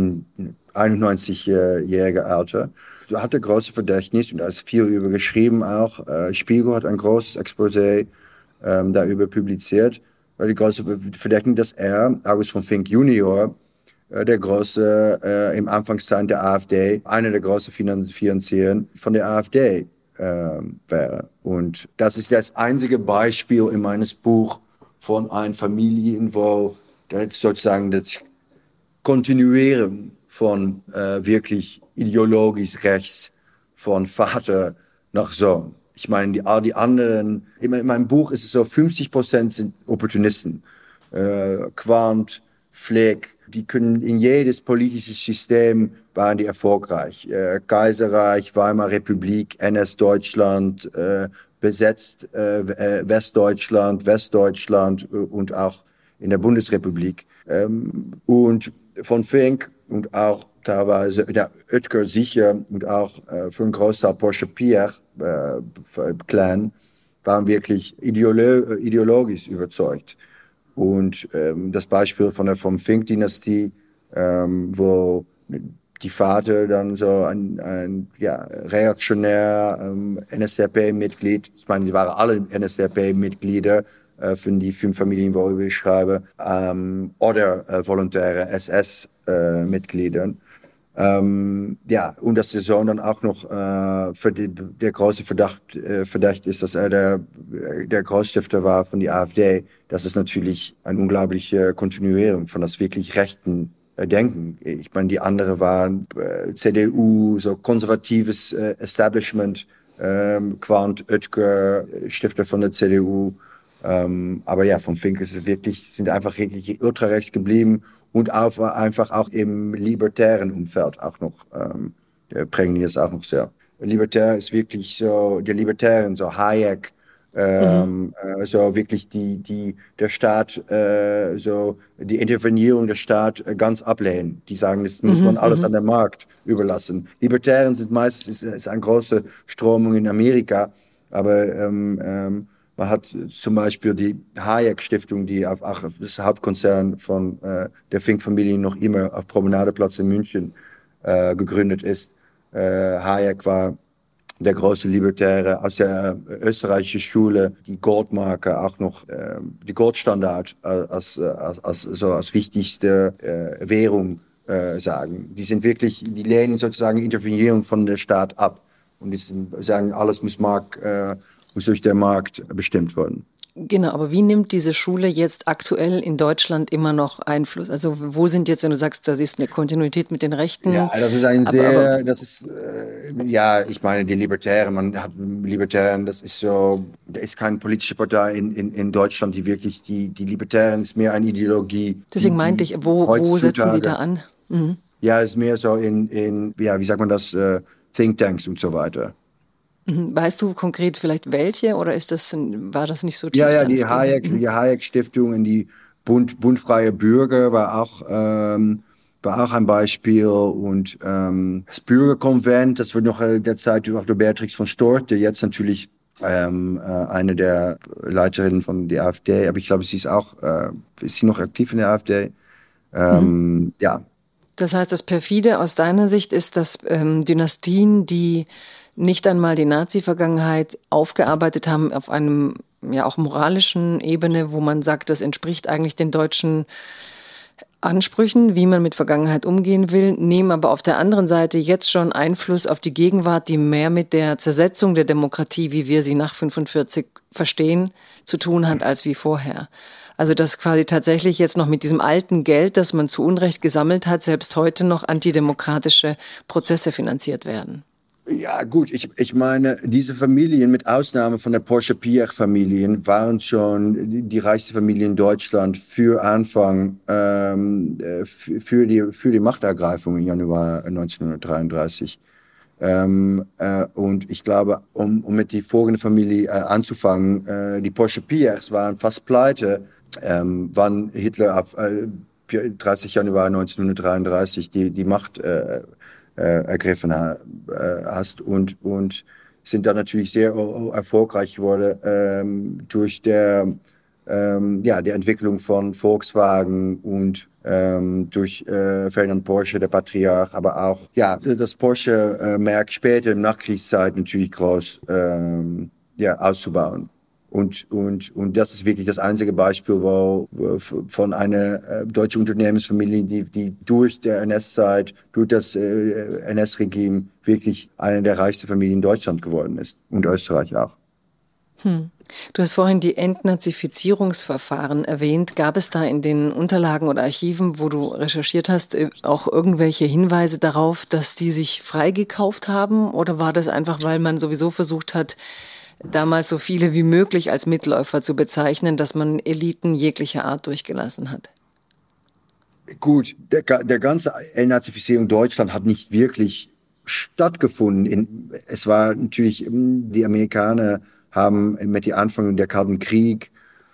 einundneunzig-jährige Alter, hatte große Verdächtnis und da ist viel über geschrieben auch. Äh, Spiegel hat ein großes Exposé ähm, darüber publiziert, weil die große Verdächtigung, dass er, August von Fink Junior, äh, der große, äh, im Anfangszeit der AfD, einer der großen Finanzieren von der AfD äh, wäre. Und das ist das einzige Beispiel in meines Buch von einer Familie, wo das sozusagen das Kontinuieren von äh, wirklich ideologisch rechts von Vater nach Sohn. Ich meine, die, all die anderen, in, in meinem Buch ist es so, fünfzig Prozent sind Opportunisten. Äh, Quandt, Fleck, die können in jedes politische System waren die erfolgreich. Äh, Kaiserreich, Weimarer Republik, N S-Deutschland, äh, besetzt äh, Westdeutschland, Westdeutschland äh, und auch in der Bundesrepublik. Ähm, und von Fink und auch teilweise der Oetker sicher und auch äh, für einen Großteil Porsche Pierre äh, Clan waren wirklich ideolo ideologisch überzeugt. Und ähm, das Beispiel von der vom Fink-Dynastie, ähm, wo die Vater dann so ein, ein ja, reaktionär ähm, N S D A P-Mitglied, ich meine, die waren alle N S D A P-Mitglieder, äh, für die fünf Familien, worüber ich schreibe, ähm, oder äh, volontäre S S-Mitgliedern. Ähm, ja, und dass der Sohn dann auch noch äh, für die, der große Verdacht, äh, Verdacht ist, dass er der, der Großstifter war von der AfD. Das ist natürlich eine unglaubliche Kontinuierung von das wirklich rechten äh, Denken. Ich meine, die andere waren äh, C D U, so konservatives äh, Establishment, ähm, Quandt, Oetker, Stifter von der C D U. Ähm, aber ja, von Fink ist es wirklich, sind einfach wirklich ultrarechts geblieben und auch, einfach auch im libertären Umfeld auch noch, ähm, prägen die das auch noch sehr. Libertär ist wirklich so, die Libertären, so Hayek, ähm, mhm. äh, so wirklich die, die, der Staat, äh, so die Intervenierung der Staat äh, ganz ablehnen. Die sagen, das muss man alles mhm. an den Markt überlassen. Libertären sind meistens, ist, ist eine große Strömung in Amerika, aber ähm, ähm, man hat zum Beispiel die Hayek-Stiftung, die auf, auf das Hauptkonzern von äh, der Fink-Familie noch immer auf Promenadeplatz in München äh, gegründet ist. Äh, Hayek war der große Libertäre aus der österreichischen Schule, die Goldmarke, auch noch äh, die Goldstandard als, als, als, so als wichtigste äh, Währung äh, sagen. Die sind wirklich, die lehnen sozusagen Intervenierung von der Staat ab. Und die sagen, alles muss Markt, äh, muss durch den Markt bestimmt werden. Genau, aber wie nimmt diese Schule jetzt aktuell in Deutschland immer noch Einfluss? Also wo sind jetzt, wenn du sagst, das ist eine Kontinuität mit den Rechten? Ja, das ist ein sehr, aber, aber, das ist, äh, ja, ich meine, die Libertären, man hat Libertären, das ist so, da ist keine politische Partei in, in, in Deutschland, die wirklich, die, die Libertären ist mehr eine Ideologie. Deswegen die, meinte ich, wo, wo setzen die da an? Mhm. Ja, es ist mehr so in, in, ja, wie sagt man das, äh, Thinktanks und so weiter. Weißt du konkret vielleicht welche oder ist das, war das nicht so tief? Ja, ja, die Hayek, die Hayek-Stiftung und die Bund, Bundfreie Bürger war auch ähm, war auch ein Beispiel. Und ähm, das Bürgerkonvent, das wird noch äh, derzeit durch Beatrix von Storch, der jetzt natürlich ähm, äh, eine der Leiterinnen von der AfD, aber ich glaube, sie ist auch, äh, ist sie noch aktiv in der AfD? Mhm. Ähm, ja. Das heißt, das Perfide aus deiner Sicht ist, dass ähm, Dynastien, die nicht einmal die Nazi-Vergangenheit aufgearbeitet haben auf einem ja auch moralischen Ebene, wo man sagt, das entspricht eigentlich den deutschen Ansprüchen, wie man mit Vergangenheit umgehen will, nehmen aber auf der anderen Seite jetzt schon Einfluss auf die Gegenwart, die mehr mit der Zersetzung der Demokratie, wie wir sie nach fünfundvierzig verstehen, zu tun hat als wie vorher. Also dass quasi tatsächlich jetzt noch mit diesem alten Geld, das man zu Unrecht gesammelt hat, selbst heute noch antidemokratische Prozesse finanziert werden. Ja, gut, ich, ich meine, diese Familien, mit Ausnahme von der Porsche-Piech-Familien, waren schon die, die reichste Familie in Deutschland für Anfang, ähm, für, für, die, für die Machtergreifung im Januar neunzehnhundertdreiunddreißig. Ähm, äh, und ich glaube, um, um mit die folgende Familie äh, anzufangen, äh, die Porsche-Piechs waren fast pleite, ähm, wann Hitler ab äh, dreißigsten Januar neunzehnhundertdreiunddreißig die, die Macht äh, äh, ergriffen ha, äh, hast und, und sind dann natürlich sehr uh, erfolgreich geworden ähm, durch der, ähm, ja, die Entwicklung von Volkswagen und ähm, durch äh, Ferdinand Porsche, der Patriarch, aber auch ja, das Porsche-Merk später in der Nachkriegszeit natürlich groß ähm, ja, auszubauen. Und, und, und das ist wirklich das einzige Beispiel, wo von einer äh, deutschen Unternehmensfamilie, die, die durch die N S-Zeit, durch das äh, N S-Regime wirklich eine der reichsten Familien in Deutschland geworden ist und Österreich auch. Hm. Du hast vorhin die Entnazifizierungsverfahren erwähnt. Gab es da in den Unterlagen oder Archiven, wo du recherchiert hast, auch irgendwelche Hinweise darauf, dass die sich freigekauft haben? Oder war das einfach, weil man sowieso versucht hat, damals so viele wie möglich als Mitläufer zu bezeichnen, dass man Eliten jeglicher Art durchgelassen hat? Gut, der, der ganze Entnazifizierung Deutschland hat nicht wirklich stattgefunden. In, es war natürlich, die Amerikaner haben mit dem Anfang der Kalten Krieg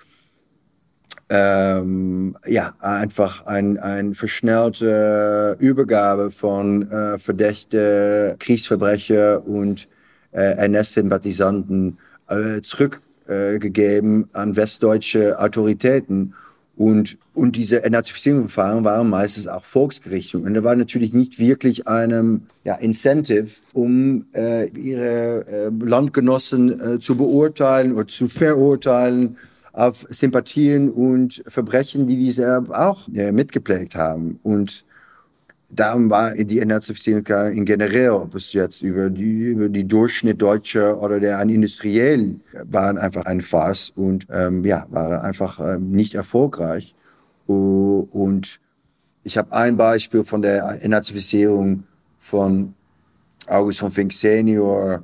ähm, ja, einfach ein, ein verschnellte Übergabe von äh, verdächte Kriegsverbrecher und äh, N S-Sympathisanten äh, zurückgegeben äh, an westdeutsche Autoritäten. Und, und diese Entnazifizierungsverfahren waren meistens auch Volksgerichte. Und da war natürlich nicht wirklich ein ja, Incentive, um äh, ihre äh, Landgenossen äh, zu beurteilen oder zu verurteilen auf Sympathien und Verbrechen, die diese auch äh, mitgeprägt haben. Und darum war die Entnazifizierung in generell, ob es jetzt über die, über die Durchschnitt Deutsche oder der ein Industriell, waren einfach eine Farce und ähm, ja, waren einfach ähm, nicht erfolgreich. Uh, und ich habe ein Beispiel von der Entnazifizierung von August von Fink Senior,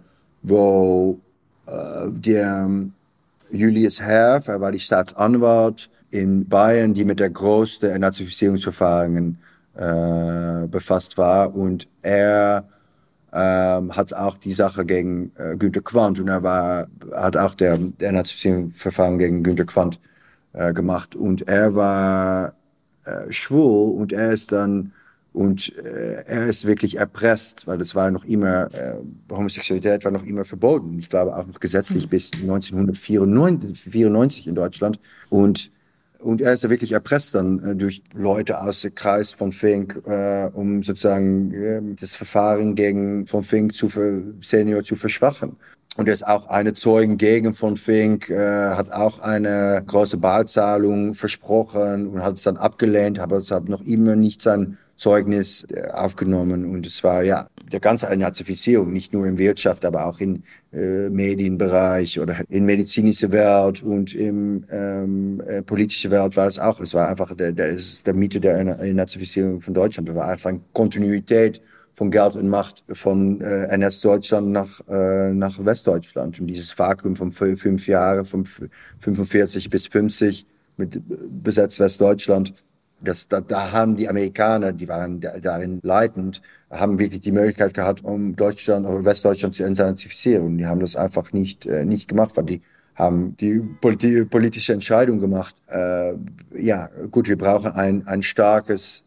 wo äh, der Julius Herf, er war die Staatsanwalt in Bayern, die mit der größten Entnazifizierungsverfahren äh, befasst war. Und er ähm, hat auch die Sache gegen äh, Günter Quandt und er war, hat auch der, der Entnazifizierungsverfahren gegen Günter Quandt äh, gemacht. Und er war äh, schwul und er ist dann und äh, er ist wirklich erpresst, weil das war noch immer, äh, Homosexualität war noch immer verboten. Ich glaube auch noch gesetzlich mhm. bis neunzehnhundertvierundneunzig in Deutschland. Und, und er ist ja wirklich erpresst dann äh, durch Leute aus dem Kreis von Fink, äh, um sozusagen äh, das Verfahren gegen von Fink zu Senior zu verschwachen. Und er ist auch eine Zeugin gegen von Fink, äh, hat auch eine große Barzahlung versprochen und hat es dann abgelehnt, aber es hat noch immer nicht sein Zeugnis aufgenommen. Und es war ja der ganze Entnazifizierung, nicht nur in Wirtschaft, aber auch im äh, Medienbereich oder in medizinischer Welt und im ähm, äh, politischen Welt war es auch. Es war einfach der, der, es ist der Mythe der Entnazifizierung von Deutschland. Es war einfach eine Kontinuität von Geld und Macht von äh, N S-Deutschland nach, äh, nach Westdeutschland. Und dieses Vakuum von fünf Jahren, von fünfundvierzig bis fünfzig mit besetzt Westdeutschland, das, da, da haben die Amerikaner, die waren da, darin leitend, haben wirklich die Möglichkeit gehabt, um Deutschland oder Westdeutschland zu entnazifizieren. Die haben das einfach nicht, äh, nicht gemacht, weil die haben die politi politische Entscheidung gemacht. Äh, ja, gut, wir brauchen ein, ein starkes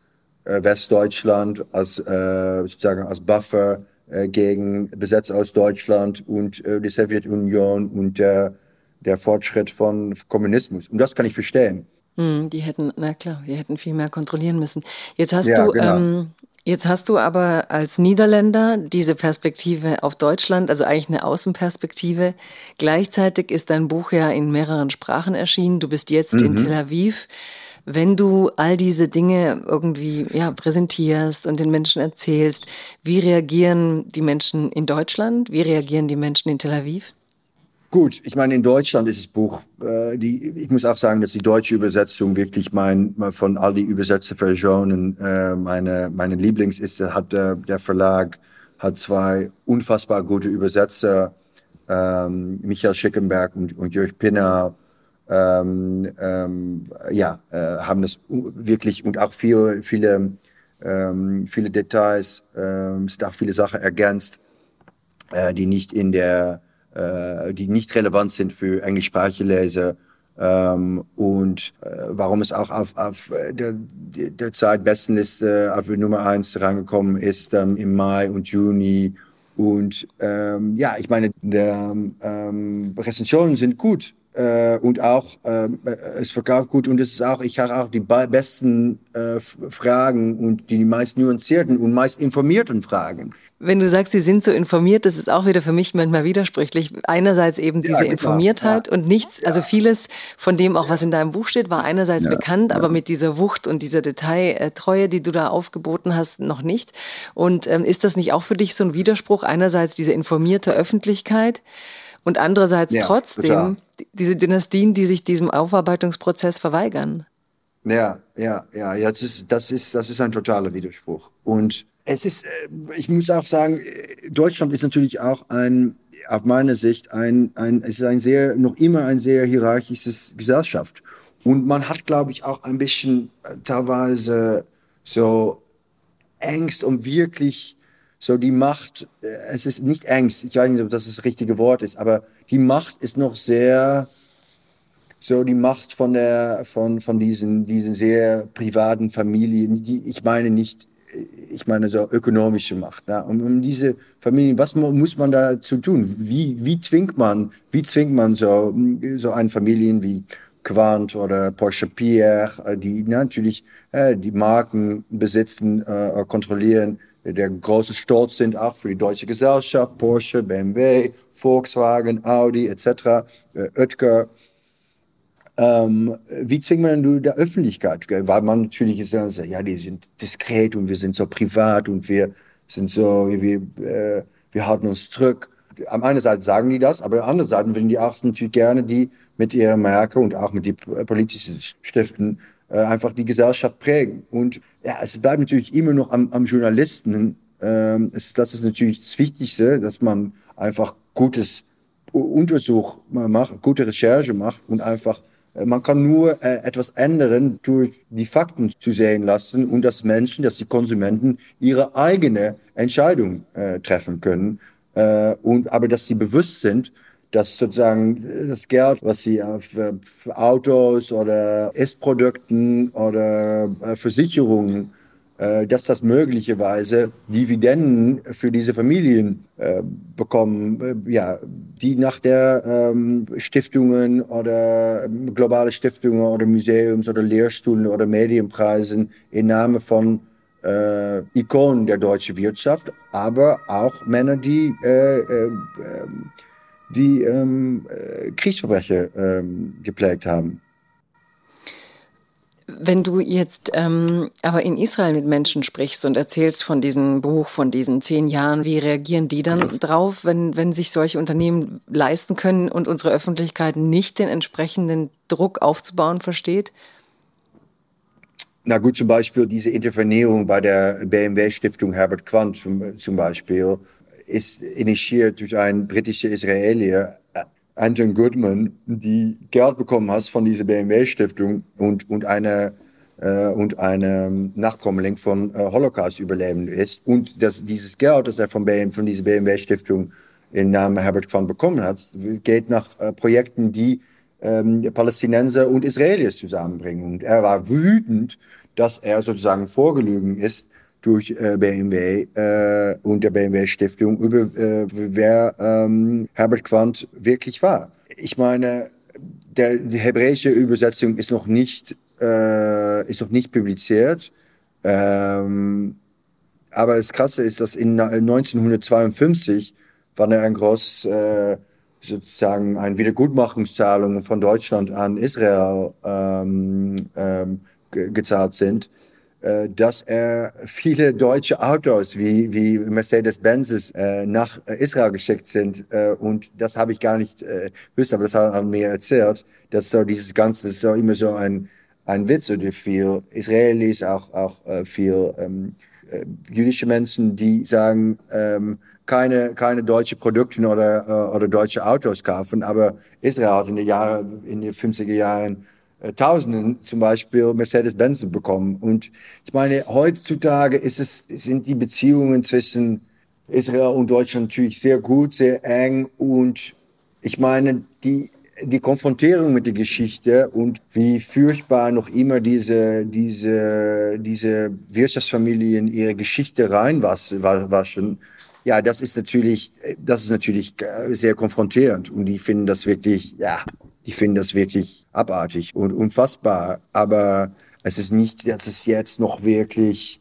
äh, Westdeutschland als äh, sozusagen als Buffer äh, gegen Besetzer aus Deutschland und äh, die Sowjetunion und der, der Fortschritt von Kommunismus. Und das kann ich verstehen. Hm, die hätten, na klar, die hätten viel mehr kontrollieren müssen. Jetzt hast Ja, du, genau. ähm, jetzt hast du aber als Niederländer diese Perspektive auf Deutschland, also eigentlich eine Außenperspektive. Gleichzeitig ist dein Buch ja in mehreren Sprachen erschienen. Du bist jetzt in Tel Mhm. Aviv. Wenn du all diese Dinge irgendwie, ja, präsentierst und den Menschen erzählst, wie reagieren die Menschen in Deutschland? Wie reagieren die Menschen in Tel Aviv? Gut, ich meine, in Deutschland ist das Buch, äh, die, ich muss auch sagen, dass die deutsche Übersetzung wirklich mein, mein- von all die Übersetzerversionen äh, meine, meine Lieblings ist. Da Hat der, der Verlag hat zwei unfassbar gute Übersetzer, ähm, Michael Schickenberg und, und Jörg Pinner, ähm, ähm, ja, äh, haben das u- wirklich und auch viele, viele, ähm, viele Details, ähm, es sind auch viele Sachen ergänzt äh, die nicht in der, äh, die nicht relevant sind für englischsprachige Leser. Ähm, und äh, warum es auch auf, auf der, der Zeitbestenliste auf Nummer eins rangekommen ist ähm, im Mai und Juni. Und ähm, ja, ich meine, der, ähm, Rezensionen sind gut. Äh, und auch, ähm, äh, es verkauft gut und es ist auch, ich habe auch die be- besten äh, F- Fragen und die meist nuancierten und meist informierten Fragen. Wenn du sagst, sie sind so informiert, das ist auch wieder für mich manchmal widersprüchlich. Einerseits eben Ja, diese genau. Ja, Informiertheit und nichts, also ja. vieles von dem auch, was in deinem Buch steht, war einerseits Ja, bekannt, aber ja. mit dieser Wucht und dieser Detailtreue, die du da aufgeboten hast, noch nicht. Und ähm, ist das nicht auch für dich so ein Widerspruch? Einerseits diese informierte Öffentlichkeit und andererseits Ja, total. trotzdem diese Dynastien, die sich diesem Aufarbeitungsprozess verweigern. Ja, ja, ja, ja, das ist, das ist, das ist ein totaler Widerspruch. Und es ist, äh, ich muss auch sagen, äh, Deutschland ist natürlich auch ein, auf meine Sicht, ein, ein, es ist ein sehr, noch immer ein sehr hierarchisches Gesellschaft. Und man hat, glaube ich, auch ein bisschen äh, teilweise so Angst um wirklich so die Macht, äh, es ist nicht Angst, ich weiß nicht, ob das das richtige Wort ist, aber die Macht ist noch sehr so die Macht von der, von, von diesen, diesen sehr privaten Familien, die, ich meine nicht, ich meine so ökonomische Macht. Ne? Um, um diese Familien, was mu- muss man dazu tun? Wie, wie zwingt man, wie zwingt man so, so eine Familien wie Quandt oder Porsche Pierre, äh, die natürlich äh, die Marken besitzen, äh, kontrollieren, der große Stolz sind auch für die deutsche Gesellschaft, Porsche, B M W, Volkswagen, Audi et cetera, äh, Oetker. Ähm, wie zwingt man denn der Öffentlichkeit? Gell? Weil man natürlich ist, ja, so, ja, die sind diskret und wir sind so privat und wir sind so, wir, äh, wir halten uns zurück. Am einen Seite sagen die das, aber am anderen Seite würden die auch natürlich gerne die mit ihrer Marke und auch mit den politischen Stiften äh, einfach die Gesellschaft prägen. Und ja, es bleibt natürlich immer noch am, am Journalisten. Ähm, es, das ist natürlich das Wichtigste, dass man einfach gutes Untersuch macht, gute Recherche macht und einfach, äh, man kann nur äh, etwas ändern durch die Fakten zu sehen lassen und dass Menschen, dass die Konsumenten ihre eigene Entscheidung äh, treffen können. Äh, und aber dass sie bewusst sind, dass sozusagen äh, das Geld, was sie auf äh, Autos oder Essprodukten oder äh, Versicherungen äh, dass das möglicherweise Dividenden für diese Familien äh, bekommen, äh, ja, die nach der ähm, Stiftungen oder ähm, globale Stiftungen oder Museums- oder Lehrstuhlen oder Medienpreisen im Namen von äh, Ikonen der deutschen Wirtschaft, aber auch Männer, die, äh, äh, ähm, die ähm, äh, Kriegsverbrechen ähm, geprägt haben. Wenn du jetzt ähm, aber in Israel mit Menschen sprichst und erzählst von diesem Buch, von diesen zehn Jahren, wie reagieren die dann drauf, wenn, wenn sich solche Unternehmen leisten können und unsere Öffentlichkeit nicht den entsprechenden Druck aufzubauen versteht? Na gut, zum Beispiel diese Intervenierung bei der B M W-Stiftung Herbert Quandt zum, zum Beispiel ist initiiert durch einen britischen Israelier, äh, Anton Goodman, die Geld bekommen hat von dieser B M W-Stiftung und, und eine äh, und eine Nachkommling von äh, Holocaust-Überlebenden ist. Und das, dieses Geld, das er von, B M, von dieser B M W-Stiftung im Namen Herbert Quandt bekommen hat, geht nach äh, Projekten, die ähm, Palästinenser und Israelis zusammenbringen. Und er war wütend, dass er sozusagen vorgelegen ist durch äh, B M W äh, und der B M W-Stiftung über äh, wer ähm, Herbert Quandt wirklich war. Ich meine, der, die hebräische Übersetzung ist noch nicht, äh, ist noch nicht publiziert. Ähm, aber das Krasse ist, dass in neunzehnhundertzweiundfünfzig war er ein groß, äh, sozusagen eine Wiedergutmachungszahlung von Deutschland an Israel ähm, ähm, ge gezahlt sind, äh, dass er viele deutsche Autos wie, wie Mercedes-Benz äh, nach Israel geschickt sind. Äh, und das habe ich gar nicht äh, gewusst, aber das hat er mir erzählt, dass so dieses Ganze, das ist so immer so ein, ein Witz oder für Israelis, auch, auch äh, für ähm, äh, jüdische Menschen, die sagen, ähm, keine, keine deutsche Produkte oder, äh, oder deutsche Autos kaufen, aber Israel hat in den Jahren, in den fünfziger Jahren äh, Tausenden zum Beispiel Mercedes-Benz bekommen. Und ich meine, heutzutage ist es, sind die Beziehungen zwischen Israel und Deutschland natürlich sehr gut, sehr eng und ich meine, die die Konfrontierung mit der Geschichte und wie furchtbar noch immer diese, diese, diese Wirtschaftsfamilien ihre Geschichte reinwaschen, ja, das ist natürlich, das ist natürlich sehr konfrontierend und die finden das wirklich, ja, die finden das wirklich abartig und unfassbar. Aber es ist nicht, dass es jetzt noch wirklich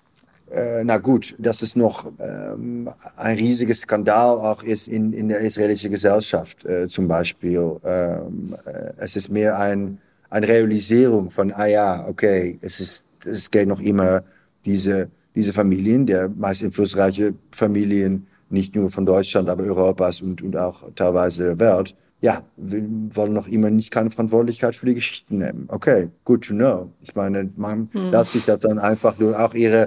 äh, na gut, dass es noch ähm, ein riesiges Skandal auch ist in, in der israelischen Gesellschaft äh, zum Beispiel. Ähm, äh, es ist mehr ein, eine Realisierung von, ah ja, okay, es ist, es geht noch immer diese, diese Familien, der meist einflussreiche Familien, nicht nur von Deutschland, aber Europas und, und auch teilweise der Welt, ja, wir wollen noch immer nicht keine Verantwortlichkeit für die Geschichten nehmen. Okay, good to know. Ich meine, man hm. lässt sich das dann einfach durch auch ihre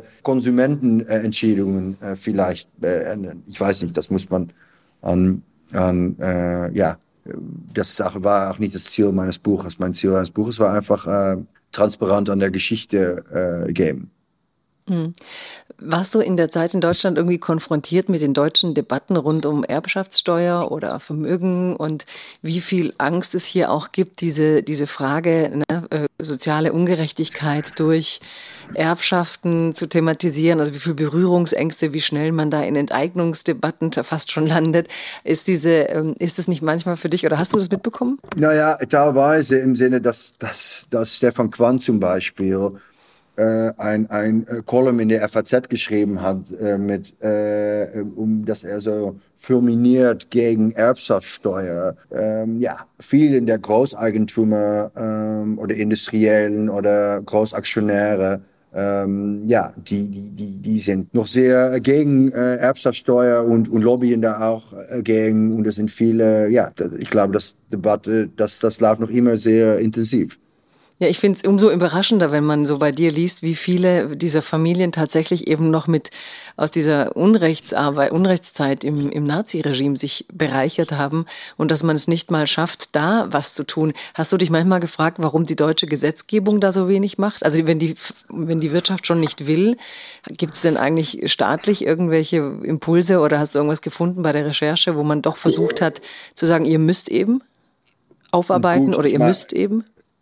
Konsumentenentscheidungen äh, vielleicht äh, ändern. Ich weiß nicht, das muss man an, an äh, ja, das war auch nicht das Ziel meines Buches. Mein Ziel meines Buches war einfach äh, transparent an der Geschichte äh, geben. Hm. Warst du in der Zeit in Deutschland irgendwie konfrontiert mit den deutschen Debatten rund um Erbschaftssteuer oder Vermögen und wie viel Angst es hier auch gibt, diese, diese Frage, ne, äh, soziale Ungerechtigkeit durch Erbschaften zu thematisieren, also wie viel Berührungsängste, wie schnell man da in Enteignungsdebatten fast schon landet. Ist diese, ähm, ist das nicht manchmal für dich oder hast du das mitbekommen? Naja, teilweise im Sinne, dass, dass, dass Stefan Quandt zum Beispiel Äh, ein, ein äh, Column in der F A Z geschrieben hat, äh, mit, äh, um, dass er so fulminiert gegen Erbschaftssteuer. Ähm, ja, viele der Großeigentümer ähm, oder Industriellen oder Großaktionäre, ähm, ja, die, die, die, die sind noch sehr gegen äh, Erbschaftssteuer und, und lobbyen da auch äh, gegen. Und es sind viele, ja, ich glaube, das Debatte, das, das läuft noch immer sehr intensiv. Ja, ich finde es umso überraschender, wenn man so bei dir liest, wie viele dieser Familien tatsächlich eben noch mit aus dieser Unrechtsarbeit, Unrechtszeit im, im Naziregime sich bereichert haben und dass man es nicht mal schafft, da was zu tun. Hast du dich manchmal gefragt, warum die deutsche Gesetzgebung da so wenig macht? Also wenn die, wenn die Wirtschaft schon nicht will, gibt es denn eigentlich staatlich irgendwelche Impulse oder hast du irgendwas gefunden bei der Recherche, wo man doch versucht hat zu sagen, ihr müsst eben aufarbeiten Gut, oder ihr müsst eben?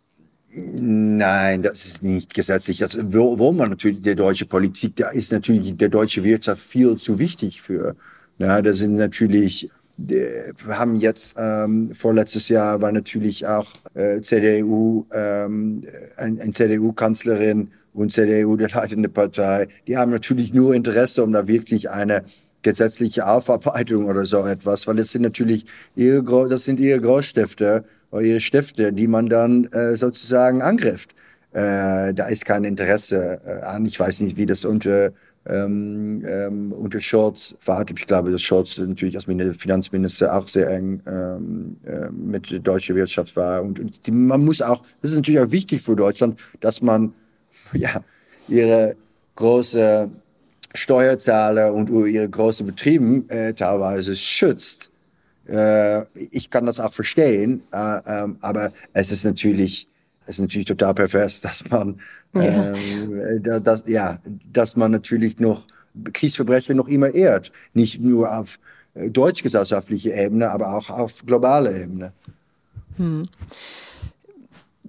Nein, das ist nicht gesetzlich. Das wo, wo man natürlich der deutsche Politik, da ist natürlich der deutsche Wirtschaft viel zu wichtig für. Ja, da sind natürlich, wir haben jetzt ähm, vorletztes Jahr war natürlich auch äh, C D U, ähm, ein, ein C D U-Kanzlerin und C D U, der leitende Partei. Die haben natürlich nur Interesse, um da wirklich eine gesetzliche Aufarbeitung oder so etwas, weil das sind natürlich ihre, das sind ihre Großstifter oder ihre Stifte, die man dann äh, sozusagen angreift. Äh, da ist kein Interesse äh, an. Ich weiß nicht, wie das unter, ähm, ähm, unter Scholz war. Ich glaube, dass Scholz natürlich als Finanzminister auch sehr eng ähm, äh, mit der deutschen Wirtschaft war. Und, und die, man muss auch, das ist natürlich auch wichtig für Deutschland, dass man ja ihre große Steuerzahler und ihre großen Betriebe äh, teilweise schützt. Äh, ich kann das auch verstehen, äh, ähm, aber es ist natürlich, es ist natürlich total pervers, dass man, ja. Äh, dass, ja, dass man natürlich noch Kriegsverbrecher noch immer ehrt. Nicht nur auf äh, deutschgesellschaftlicher Ebene, aber auch auf globaler Ebene. Hm.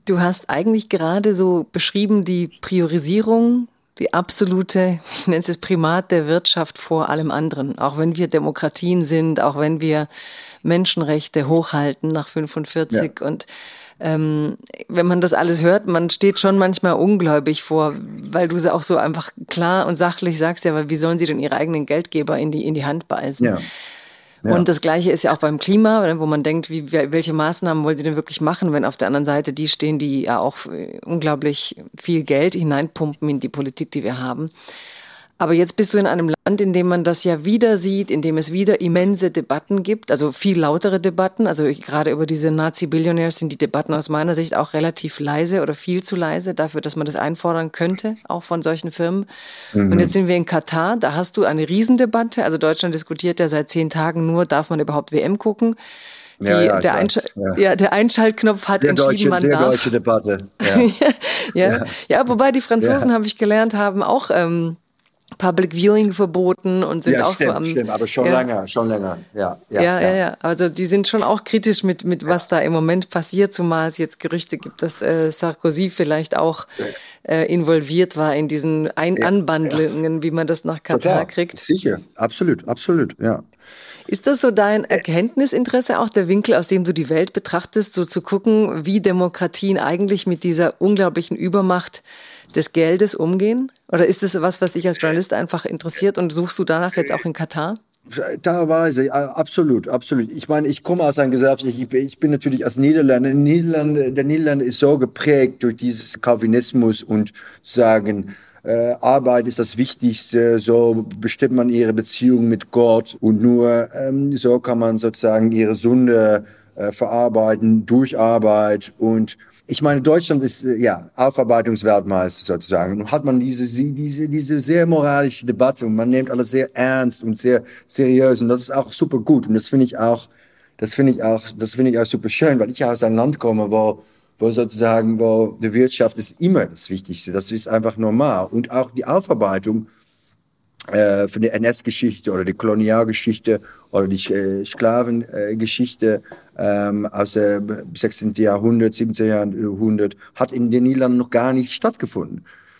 Du hast eigentlich gerade so beschrieben die Priorisierung, die absolute, ich nenne es das Primat der Wirtschaft vor allem anderen. Auch wenn wir Demokratien sind, auch wenn wir Menschenrechte hochhalten nach fünfundvierzig. Ja. Und ähm, wenn man das alles hört, man steht schon manchmal ungläubig vor, weil du sie auch so einfach klar und sachlich sagst, ja, weil wie sollen sie denn ihre eigenen Geldgeber in die, in die Hand beißen? Ja. Ja. Und das Gleiche ist ja auch beim Klima, wo man denkt, wie, welche Maßnahmen wollen sie denn wirklich machen, wenn auf der anderen Seite die stehen, die ja auch unglaublich viel Geld hineinpumpen in die Politik, die wir haben. Aber jetzt bist du in einem Land, in dem man das ja wieder sieht, in dem es wieder immense Debatten gibt, also viel lautere Debatten. Also gerade über diese Nazi-Billionaires sind die Debatten aus meiner Sicht auch relativ leise oder viel zu leise dafür, dass man das einfordern könnte, auch von solchen Firmen. Mhm. Und jetzt sind wir in Katar, da hast du eine Riesendebatte. Also Deutschland diskutiert ja seit zehn Tagen nur, darf man überhaupt W M gucken? Die, ja, ja, der, Einsch- ja. Ja, der Einschaltknopf hat sehr entschieden, deutsche, man sehr darf. Deutsche Debatte. Ja. ja, ja. ja, wobei die Franzosen, habe ich gelernt, haben auch ähm, Public Viewing verboten und sind ja, auch stimmt, so am... stimmt, aber schon ja. länger, schon länger, ja. Ja, ja, ja, ja. Also die sind schon auch kritisch mit, mit was da im Moment passiert, zumal es jetzt Gerüchte gibt, dass äh, Sarkozy vielleicht auch äh, involviert war in diesen Ein- ja. Anbandlungen, wie man das nach Katar Total. kriegt. Sicher, absolut, absolut, ja. Ist das so dein Erkenntnisinteresse, auch der Winkel, aus dem du die Welt betrachtest, so zu gucken, wie Demokratien eigentlich mit dieser unglaublichen Übermacht des Geldes umgehen? Oder ist das was, was dich als Journalist einfach interessiert und suchst du danach jetzt auch in Katar? Teilweise, absolut, absolut. Ich meine, ich komme aus einer Gesellschaft, ich, ich bin natürlich als Niederländer, Niederlande, der Niederlande ist so geprägt durch dieses Calvinismus und sagen, äh, Arbeit ist das Wichtigste, so bestimmt man ihre Beziehung mit Gott und nur ähm, so kann man sozusagen ihre Sünde äh, verarbeiten durch Arbeit. Und ich meine, Deutschland ist ja Aufarbeitungsweltmeister sozusagen. Und hat man diese, diese, diese sehr moralische Debatte und man nimmt alles sehr ernst und sehr seriös und das ist auch super gut. Und das finde ich auch, das finde ich auch, das finde ich auch super schön, weil ich aus einem Land komme, wo, wo sozusagen, wo die Wirtschaft ist immer das Wichtigste. Das ist einfach normal. Und auch die Aufarbeitung äh, von der N S-Geschichte oder die Kolonialgeschichte oder die äh, Sklavengeschichte ähm, aus dem sechzehnten. Jahrhundert, siebzehnten. Jahrhundert hat in den Niederlanden noch gar nicht stattgefunden.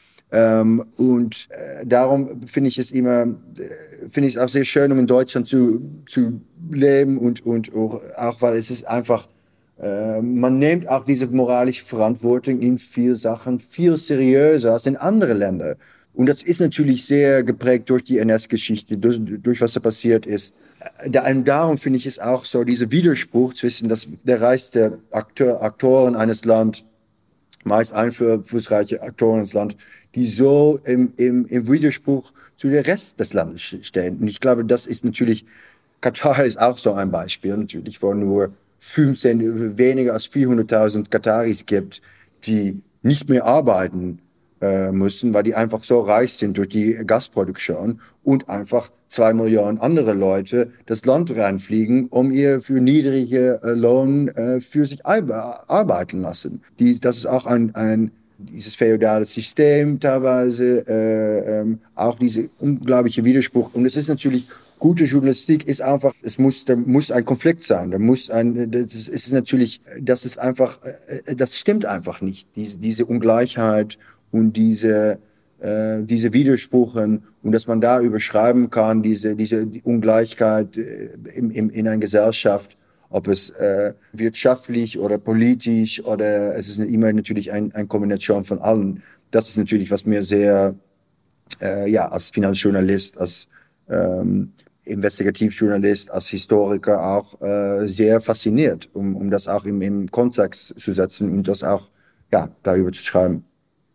Ähm, und äh, darum finde ich es immer, äh, finde ich es auch sehr schön, um in Deutschland zu, zu leben und, und auch, auch, weil es ist einfach, äh, man nimmt auch diese moralische Verantwortung in vielen Sachen viel seriöser als in anderen Ländern. Und das ist natürlich sehr geprägt durch die N S-Geschichte, durch, durch was da passiert ist. Da, darum finde ich es auch so, dieser Widerspruch zwischen das, der reichste Akteur, Aktoren eines Landes, meist einflussreiche Aktoren eines Landes, die so im, im, im Widerspruch zu dem Rest des Landes stehen. Und ich glaube, das ist natürlich, Katar ist auch so ein Beispiel, natürlich, wo nur fünfzehn, weniger als vierhunderttausend Kataris gibt, die nicht mehr arbeiten äh, müssen, weil die einfach so reich sind durch die Gasproduktion und einfach zwei Millionen andere Leute das Land reinfliegen, um ihr für niedrige äh, Lohn äh, für sich arbeiten lassen. Die, das ist auch ein, ein dieses feudale System teilweise, äh, ähm, auch dieser unglaubliche Widerspruch. Und es ist natürlich, gute Journalistik ist einfach, es muss, da muss ein Konflikt sein, da muss ein, das ist natürlich, das ist einfach, das stimmt einfach nicht, diese, diese Ungleichheit und diese, äh, diese Widersprüche und dass man da überschreiben kann, diese, diese die Ungleichheit äh, in, in, in einer Gesellschaft, ob es äh, wirtschaftlich oder politisch oder es ist immer natürlich ein, eine Kombination von allen. Das ist natürlich, was mir sehr, äh, ja, als Finanzjournalist, als ähm, Investigativjournalist, als Historiker auch äh, sehr fasziniert, um, um das auch im, im Kontext zu setzen und das auch, ja, darüber zu schreiben.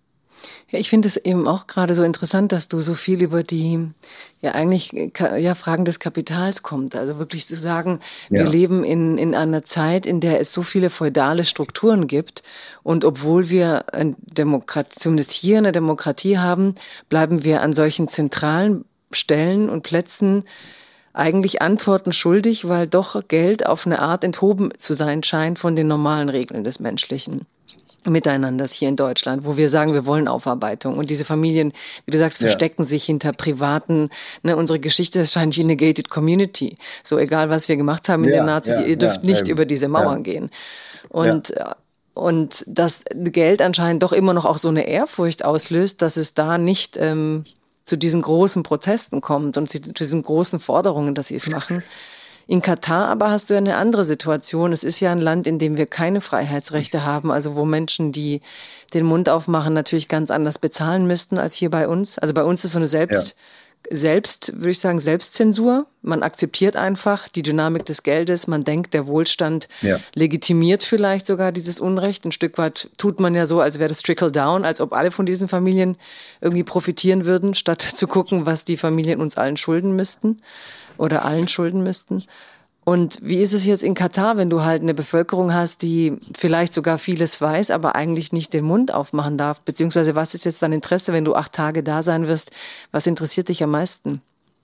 Ja, ich finde es eben auch gerade so interessant, dass du so viel über die, ja eigentlich, ja, Fragen des Kapitals kommt. Also wirklich zu sagen, ja. Wir leben in, in einer Zeit, in der es so viele feudale Strukturen gibt. Und obwohl wir eine Demokratie, zumindest hier eine Demokratie haben, bleiben wir an solchen zentralen Stellen und Plätzen eigentlich Antworten schuldig, weil doch Geld auf eine Art enthoben zu sein scheint von den normalen Regeln des menschlichen Miteinanders hier in Deutschland, wo wir sagen, wir wollen Aufarbeitung. Und diese Familien, wie du sagst, verstecken ja. sich hinter privaten, ne, unsere Geschichte ist wahrscheinlich wie eine gated community. So egal, was wir gemacht haben in ja, den Nazis, ja, ihr dürft ja, nicht eben. über diese Mauern ja. gehen. Und, ja. Und das Geld anscheinend doch immer noch auch so eine Ehrfurcht auslöst, dass es da nicht ähm, zu diesen großen Protesten kommt und zu diesen großen Forderungen, dass sie es machen. In Katar aber hast du ja eine andere Situation. Es ist ja ein Land, in dem wir keine Freiheitsrechte haben, also wo Menschen, die den Mund aufmachen, natürlich ganz anders bezahlen müssten als hier bei uns. Also bei uns ist so eine Selbst, ja. Selbst, würde ich sagen, Selbstzensur. Man akzeptiert einfach die Dynamik des Geldes. Man denkt, der Wohlstand ja. legitimiert vielleicht sogar dieses Unrecht. Ein Stück weit tut man ja so, als wäre das Trickle Down, als ob alle von diesen Familien irgendwie profitieren würden, statt zu gucken, was die Familien uns allen schulden müssten. Oder allen schulden müssten. Und wie ist es jetzt in Katar, wenn du halt eine Bevölkerung hast, die vielleicht sogar vieles weiß, aber eigentlich nicht den Mund aufmachen darf? Beziehungsweise was ist jetzt dein Interesse, wenn du acht Tage da sein wirst? Was interessiert dich am meisten?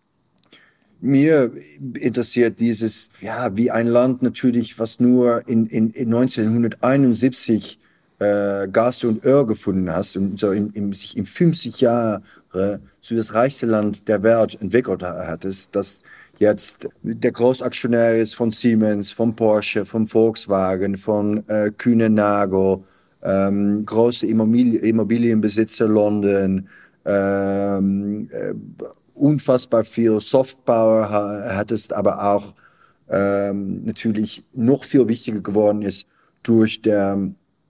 Mir interessiert dieses, ja, wie ein Land natürlich, was nur in, in, in neunzehnhunderteinundsiebzig äh, Gas und Öl gefunden hast und so in, in, sich in fünfzig Jahren zu das reichste Land der Welt entwickelt hat, ist, dass jetzt der Großaktionär ist von Siemens, von Porsche, von Volkswagen, von äh, Kühne-Nagel, ähm, große Immobilien, Immobilienbesitzer London, ähm, äh, unfassbar viel Softpower hat es, aber auch ähm, natürlich noch viel wichtiger geworden ist durch die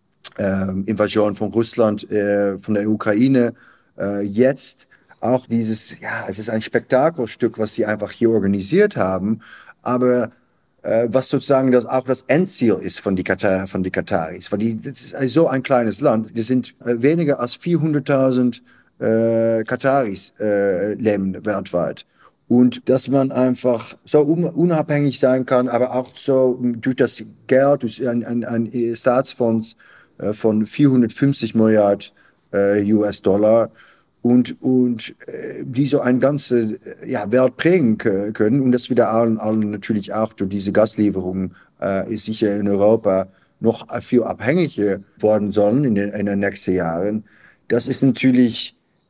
äh, Invasion von Russland, äh, von der Ukraine. Äh, jetzt auch dieses, ja, es ist ein Spektakelstück, was sie einfach hier organisiert haben, aber äh, was sozusagen das, auch das Endziel ist von die, Katar, von die Kataris. Weil die, das ist so ein kleines Land. Wir sind äh, weniger als vierhunderttausend äh, Kataris äh, leben weltweit. Und dass man einfach so un unabhängig sein kann, aber auch so durch das Geld, durch ein, ein, ein Staatsfonds äh, von vierhundertfünfzig Milliarden äh, U S-Dollar, und, und äh, die so eine ganze ja, Welt prägen können. Und das wieder allen, allen natürlich auch durch diese Gaslieferungen äh, ist sicher in Europa noch viel abhängiger worden sollen in den, in den nächsten Jahren. Das ist natürlich,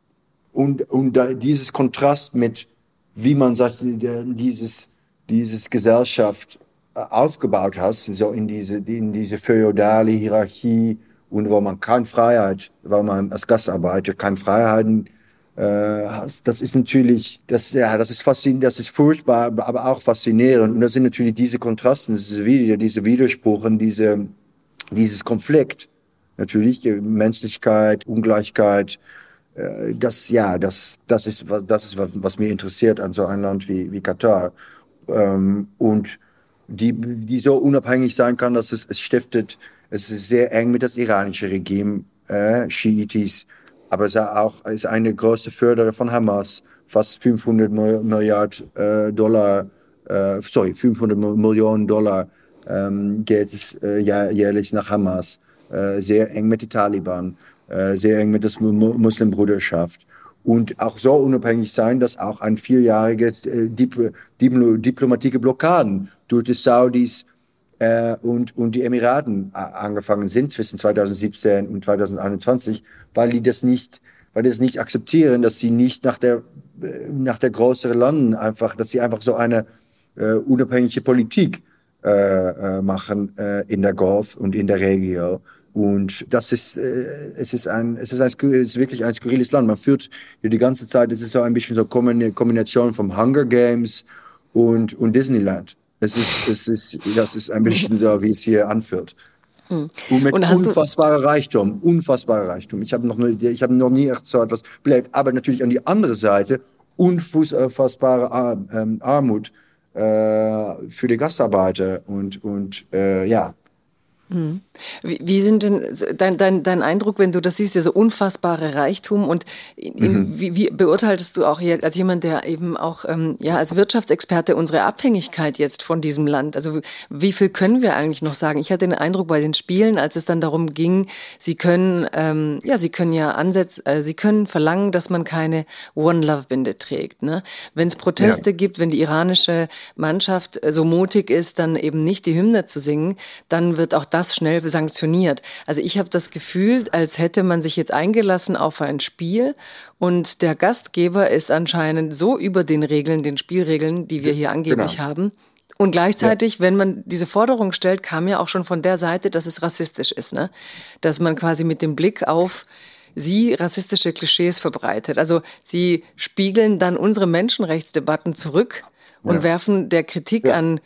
und, und da, dieses Kontrast mit, wie man sagt, dieses, dieses Gesellschaft aufgebaut hat, so in diese, in diese feudale Hierarchie, und wo man keine Freiheit, weil man als Gastarbeiter keine Freiheiten äh, hat. Das ist natürlich, das, ja, das ist faszinierend, das ist furchtbar, aber auch faszinierend. Und das sind natürlich diese Kontraste, das ist wieder diese Widersprüche, diese, dieses Konflikt. Natürlich Menschlichkeit, Ungleichheit. Äh, das, ja, das, das ist, das ist, was mich interessiert an so einem Land wie, wie Katar. Ähm, und die, die so unabhängig sein kann, dass es, es stiftet. Es ist sehr eng mit das iranische Regime, äh, Schiitis, aber es ist auch ist eine große Förderer von Hamas, fast fünfhundert Milliarden äh, Dollar, äh, sorry, fünfhundert Millionen Dollar ähm, geht es äh, jährlich nach Hamas, äh, sehr eng mit den Taliban, äh, sehr eng mit der Muslimbruderschaft. Und auch so unabhängig sein, dass auch ein vierjährige äh, Dipl Dipl diplomatische Blockaden durch die Saudis Äh, und, und die Emiraten angefangen sind zwischen zweitausendsiebzehn und zweitausendeinundzwanzig, weil die das nicht, weil die das nicht akzeptieren, dass sie nicht nach der, nach der größeren Landen einfach, dass sie einfach so eine äh, unabhängige Politik äh, äh, machen äh, in der Golf und in der Region. Und das ist, äh, es ist ein, es ist ein, es ist wirklich ein skurriles Land. Man führt hier die ganze Zeit, es ist so ein bisschen so eine Kombination vom Hunger Games und, und Disneyland. Es ist, es ist, das ist ein bisschen so, wie es hier anfühlt. Hm. Und mit und unfassbarer Reichtum, unfassbarer Reichtum. Ich habe noch, ich habe noch nie echt so etwas belebt. Aber natürlich an die andere Seite unfassbare Ar ähm, Armut äh, für die Gastarbeiter und und äh, ja. Hm. Wie, wie sind denn dein, dein, dein Eindruck, wenn du das siehst, dieser unfassbare Reichtum, und in, mhm. wie, wie beurteilst du auch hier als jemand, der eben auch ähm, ja als Wirtschaftsexperte unsere Abhängigkeit jetzt von diesem Land? Also wie viel können wir eigentlich noch sagen? Ich hatte den Eindruck bei den Spielen, als es dann darum ging, sie können ähm, ja sie können ja ansetzen, äh, sie können verlangen, dass man keine One Love Binde trägt. Ne? Wenn es Proteste ja. gibt, wenn die iranische Mannschaft so mutig ist, dann eben nicht die Hymne zu singen, dann wird auch das schnell sanktioniert. Also ich habe das Gefühl, als hätte man sich jetzt eingelassen auf ein Spiel, und der Gastgeber ist anscheinend so über den Regeln, den Spielregeln, die wir hier angeblich genau. haben, Und gleichzeitig, ja. wenn man diese Forderung stellt, kam ja auch schon von der Seite, dass es rassistisch ist, ne? Dass man quasi mit dem Blick auf sie rassistische Klischees verbreitet. Also sie spiegeln dann unsere Menschenrechtsdebatten zurück und ja. werfen der Kritik ja. an,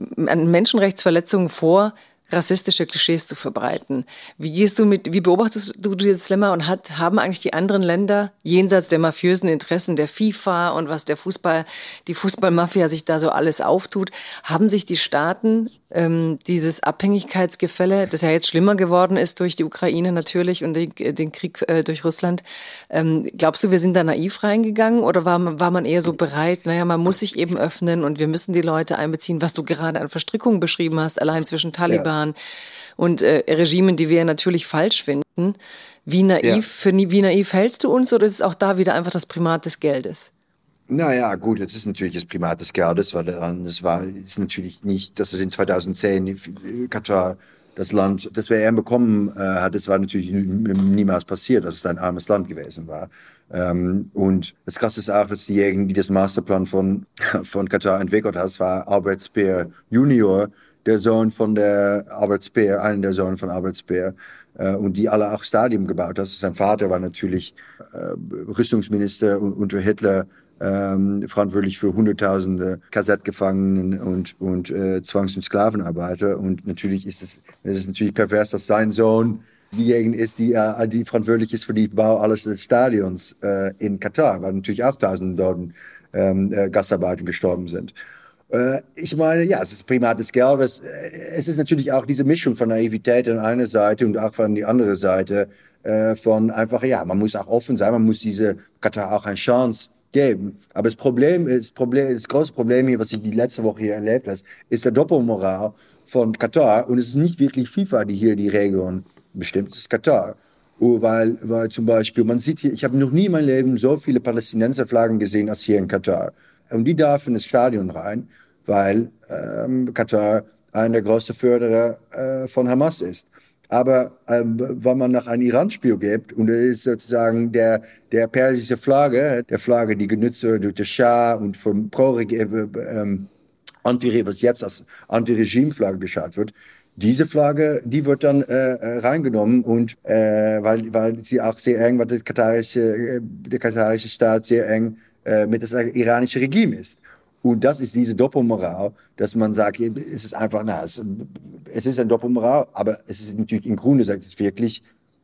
an Menschenrechtsverletzungen vor, rassistische Klischees zu verbreiten. Wie gehst du mit, wie beobachtest du dieses Dilemma und hat, haben eigentlich die anderen Länder jenseits der mafiösen Interessen der FIFA und was der Fußball, die Fußballmafia sich da so alles auftut, haben sich die Staaten ähm, dieses Abhängigkeitsgefälle, das ja jetzt schlimmer geworden ist durch die Ukraine natürlich und den, den Krieg äh, durch Russland, ähm, glaubst du, wir sind da naiv reingegangen oder war, war man eher so bereit, naja, man muss sich eben öffnen und wir müssen die Leute einbeziehen, was du gerade an Verstrickungen beschrieben hast, allein zwischen Taliban ja. und äh, Regimen, die wir natürlich falsch finden. Wie naiv, ja. für, wie naiv hältst du uns oder ist es auch da wieder einfach das Primat des Geldes? Naja, gut, es ist natürlich das Primat des Geldes, weil es war, ist natürlich nicht, dass es in zweitausendzehn Katar das Land, das W M bekommen äh, hat, es war natürlich niemals passiert, dass es ein armes Land gewesen war. Ähm, und das Krasse ist auch, dass diejenigen, die das Masterplan von, von Katar entwickelt haben, das war Albert Speer Junior, der Sohn von der Albert Speer, einer der Söhne von Albert Speer, äh, und die alle auch Stadien gebaut haben. Sein Vater war natürlich äh, Rüstungsminister unter Hitler, ähm, verantwortlich für Hunderttausende Kassettgefangenen und, und äh, Zwangs- und Sklavenarbeiter. Und natürlich ist es, es ist natürlich pervers, dass sein Sohn diejenige ist, die, äh, die verantwortlich ist für den Bau alles des Stadions äh, in Katar, weil natürlich auch Tausende dort ähm, äh, Gastarbeiter gestorben sind. Äh, ich meine, ja, es ist Primat des Geldes. Es ist natürlich auch diese Mischung von Naivität an einer Seite und auch von die andere Seite äh, von einfach, ja, man muss auch offen sein, man muss diese Katar auch eine Chance geben. Aber das Problem ist, Problem, das große Problem hier, was ich die letzte Woche hier erlebt habe, ist der Doppelmoral von Katar. Und es ist nicht wirklich FIFA, die hier die Regeln bestimmt, es ist Katar. Oh, weil, weil zum Beispiel, man sieht hier, ich habe noch nie in meinem Leben so viele Palästinenserflaggen gesehen als hier in Katar. Und die darf in das Stadion rein, weil ähm, Katar einer der größten Förderer äh, von Hamas ist. Aber ähm, wenn man nach einem Iran-Spiel gibt, und es ist sozusagen der, der persische Flagge, der Flagge, die genutzt wird durch den Schah und vom Pro ähm, Anti, was jetzt als Anti-Regime-Flagge geschaut wird, diese Flagge, die wird dann äh, reingenommen und äh, weil, weil sie auch sehr eng, weil der katarische, der katarische Staat sehr eng äh, mit dem iranischen Regime ist. Und das ist diese Doppelmoral, dass man sagt, es ist einfach, na, es, es ist ein Doppelmoral, aber es ist natürlich im Grunde, sagt es wirklich,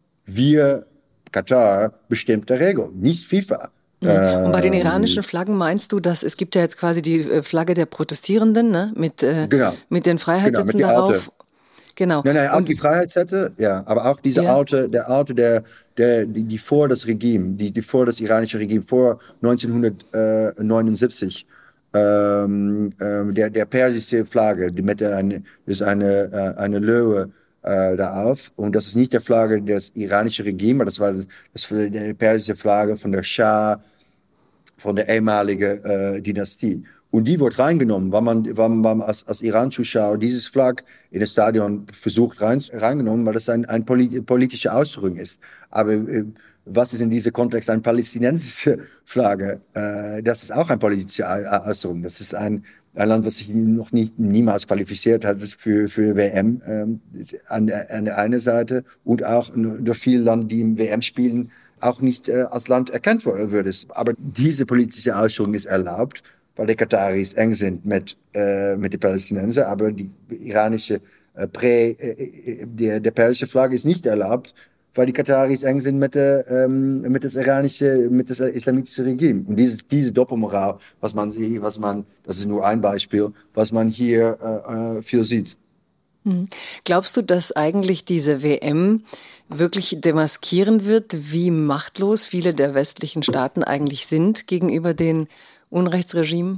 wir, Katar, bestimmte Regeln, nicht FIFA. Mhm. Und bei den iranischen Flaggen meinst du, dass es gibt ja jetzt quasi die Flagge der Protestierenden, ne? mit, äh, genau. mit den Freiheitssitzen genau, darauf. Alte. Genau. Nein, nein, auch und, die Freiheitssätze, ja, aber auch diese ja. alte, der alte, der, der, die, die vor das Regime, die, die vor das iranische Regime, vor neunzehnhundertneunundsiebzig, ähm, ähm, der, der persische Flagge, die mit eine, ist eine, äh, eine Löwe äh, da auf. Und das ist nicht der Flagge des iranischen Regimes, das war das, das die persische Flagge von der Schah, von der ehemaligen äh, Dynastie. Und die wird reingenommen, weil man, weil man als, als Iran-Zuschauer dieses Flagg in das Stadion versucht rein, reingenommen, weil das ein, ein polit, politische Ausdruck ist. Aber äh, was ist in diesem Kontext eine palästinensische Flagge? Äh, das ist auch ein politischer Ausdruck. Das ist ein, ein Land, was sich noch nicht, niemals qualifiziert hat für, für W M ähm, an, der, an der einen Seite und auch durch viele Länder, die im W M spielen, auch nicht äh, als Land erkannt würde. Aber diese politische Ausdruck ist erlaubt, weil die Kataris eng sind mit, äh, mit den Palästinensern, aber die iranische äh, Prä, äh, der, der persische Flagge ist nicht erlaubt, weil die Kataris eng sind mit, der, ähm, mit das iranische, mit das islamitische Regime. Und dieses, diese Doppelmoral, was man sieht, was man, das ist nur ein Beispiel, was man hier äh, viel sieht. Mhm. Glaubst du, dass eigentlich diese W M wirklich demaskieren wird, wie machtlos viele der westlichen Staaten eigentlich sind gegenüber den Unrechtsregime?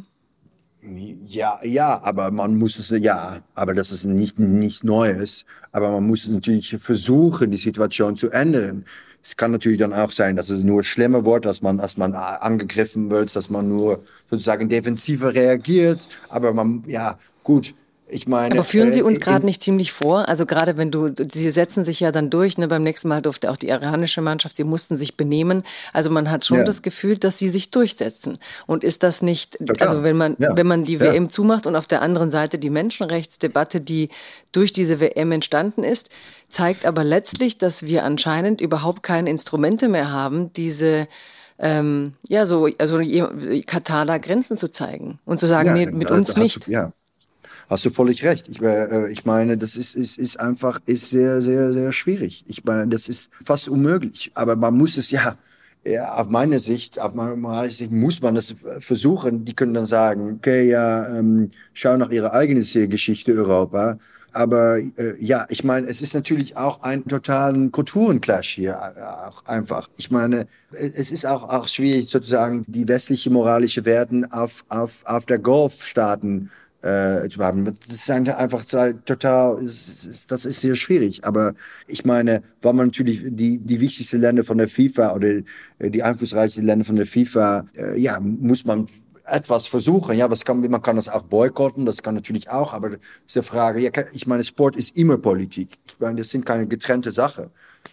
Ja, ja, aber man muss es, ja, aber das ist nicht nichts Neues. Aber man muss natürlich versuchen, die Situation zu ändern. Es kann natürlich dann auch sein, dass es nur schlimmer wird, dass man, dass man angegriffen wird, dass man nur sozusagen defensiver reagiert. Aber man, ja, gut, Ich meine, aber führen Sie uns äh, gerade nicht ziemlich vor? Also gerade wenn du, Sie setzen sich ja dann durch, ne? Beim nächsten Mal durfte auch die iranische Mannschaft, sie mussten sich benehmen. Also man hat schon ja, das Gefühl, dass sie sich durchsetzen. Und ist das nicht, also total. wenn man, Ja, wenn man die ja. W M zumacht und auf der anderen Seite die Menschenrechtsdebatte, die durch diese W M entstanden ist, zeigt aber letztlich, dass wir anscheinend überhaupt keine Instrumente mehr haben, diese ähm, ja, so, also Katar da Grenzen zu zeigen und zu sagen, Ja, nee, mit da, uns da hast du, nicht. ja. Hast du völlig recht. Ich, äh, ich meine, das ist, ist, ist einfach, ist sehr, sehr, sehr schwierig. Ich meine, das ist fast unmöglich. Aber man muss es ja, ja auf meine Sicht, auf meine moralische Sicht, muss man das versuchen. Die können dann sagen, okay, ja, ähm, schau nach ihrer eigenen Geschichte Europa. Aber äh, ja, ich meine, es ist natürlich auch ein totalen Kulturenclash hier, äh, auch einfach. Ich meine, es ist auch, auch schwierig sozusagen die westliche moralische Werten auf, auf, auf der Golfstaaten äh, zu haben. Das ist einfach total, das ist sehr schwierig. Aber ich meine, weil man natürlich die, die wichtigsten Länder von der FIFA oder äh, die einflussreichen Länder von der FIFA, äh, ja, muss man etwas versuchen. Ja, was kann, man kann das auch boykotten, das kann natürlich auch, aber das ist die Frage, ja, ich meine, Sport ist immer Politik. Ich meine, das sind keine getrennte Sachen.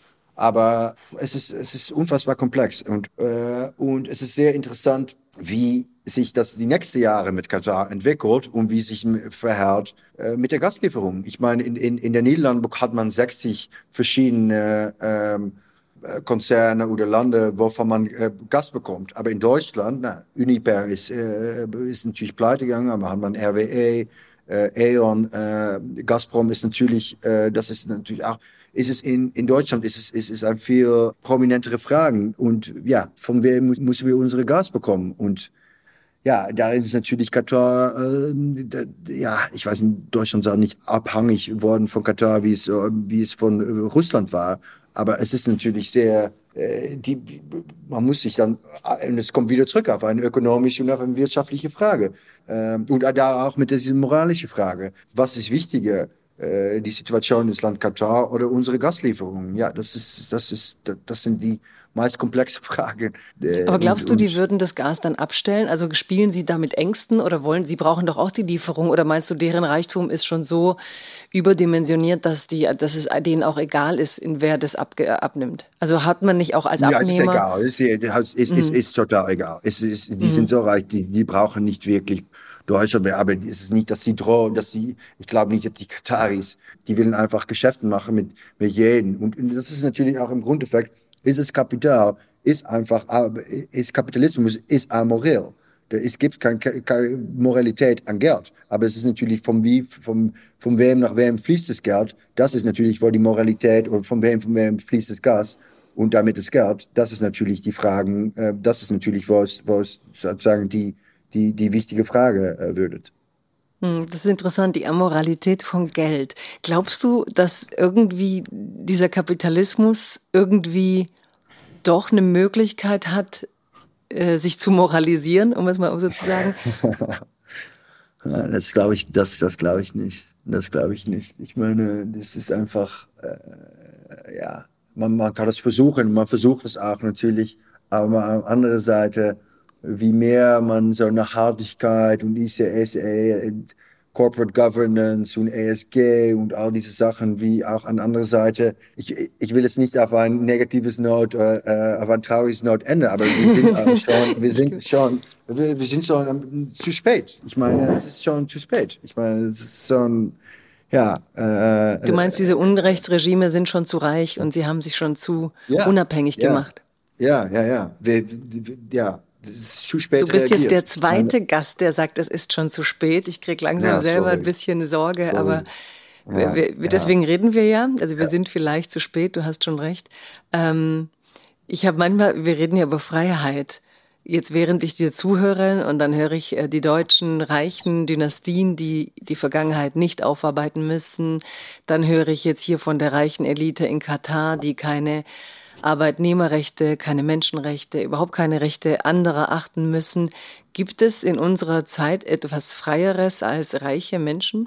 Aber es ist, es ist unfassbar komplex und, äh, und es ist sehr interessant, wie sich das die nächsten Jahre mit Katar entwickelt und wie sich verhält äh, mit der Gaslieferung. Ich meine, in, in, in den Niederlanden hat man sechzig verschiedene ähm, Konzerne oder Lande, wovon man äh, Gas bekommt. Aber in Deutschland, na, Uniper ist, äh, ist natürlich pleite gegangen, aber hat man R W E, äh, E.ON, äh, Gazprom ist natürlich, äh, das ist natürlich auch, ist es in, in Deutschland, ist es, ist es ein viel prominentere Fragen. Und ja, von wem müssen wir unsere Gas bekommen? Und ja, da ist natürlich Katar, äh, da, ja, ich weiß, in Deutschland ist auch nicht abhängig worden von Katar, wie es, äh, wie es von äh, Russland war. Aber es ist natürlich sehr, äh, die, man muss sich dann, äh, und es kommt wieder zurück auf eine ökonomische und auf eine wirtschaftliche Frage. Ähm, und da auch mit dieser moralischen Frage. Was ist wichtiger? Äh, die Situation des Land Katar oder unsere Gaslieferungen? Ja, das ist, das ist, das sind die meist komplexe Fragen. Äh, Aber und, glaubst du, die und würden das Gas dann abstellen? Also spielen sie da mit Ängsten oder wollen, sie brauchen doch auch die Lieferung? Oder meinst du, deren Reichtum ist schon so überdimensioniert, dass, die, dass es denen auch egal ist, in wer das ab, abnimmt? Also hat man nicht auch als Ja, es ist Abnehmer... egal. Es ist, es ist, es Mhm. ist total egal. Es ist, die sind Mhm. so reich, die, die brauchen nicht wirklich Deutschland mehr. Aber es ist nicht, dass sie drohen, dass sie, ich glaube nicht, dass die Kataris, die wollen einfach Geschäfte machen mit, mit jedem. Und, und das ist natürlich auch im Grundeffekt, ist es Kapital, ist einfach, ist Kapitalismus, ist amoral. Es gibt keine, keine Moralität an Geld, aber es ist natürlich vom wie, vom, von wem nach wem fließt das Geld. Das ist natürlich, wo die Moralität und von wem, von wem fließt das Gas und damit das Geld. Das ist natürlich die Fragen, äh, das ist natürlich, wo es, wo es sozusagen die, die, die wichtige Frage äh, würdet. Hm, das ist interessant, die Amoralität von Geld. Glaubst du, dass irgendwie dieser Kapitalismus irgendwie doch eine Möglichkeit hat, äh, sich zu moralisieren, um es mal so zu sagen? Das glaube ich, das, das glaube ich nicht. Das glaube ich nicht. Ich meine, das ist einfach, äh, ja, man, man kann das versuchen, man versucht es auch natürlich, aber auf andere Seite, wie mehr man so Nachhaltigkeit und I C S A, und Corporate Governance und E S G und all diese Sachen, wie auch an anderer Seite, ich, ich will es nicht auf ein negatives Note, äh, auf ein trauriges Note enden, aber wir sind äh, schon, wir sind schon, wir, wir sind schon ähm, zu spät. Ich meine, es ist schon zu spät. Ich meine, es ist schon, ja. Äh, Du meinst, diese äh, Unrechtsregime sind schon zu reich und sie haben sich schon zu ja, unabhängig ja, gemacht. ja, ja, ja. Wir, wir, ja, es ist zu spät Du bist jetzt der reagiert. Ich meine, zweite Gast, der sagt, es ist schon zu spät. Ich kriege langsam ja, selber ein sorry, bisschen Sorge, aber sorry. wir, Ja, wir, ja, deswegen reden wir ja. Also wir ja. sind vielleicht zu spät, du hast schon recht. Ähm, ich habe manchmal, wir reden ja über Freiheit. Jetzt während ich dir zuhöre und dann höre ich äh, die deutschen reichen Dynastien, die die Vergangenheit nicht aufarbeiten müssen. Dann höre ich jetzt hier von der reichen Elite in Katar, die keine Arbeitnehmerrechte, keine Menschenrechte, überhaupt keine Rechte anderer achten müssen. Gibt es in unserer Zeit etwas Freieres als reiche Menschen?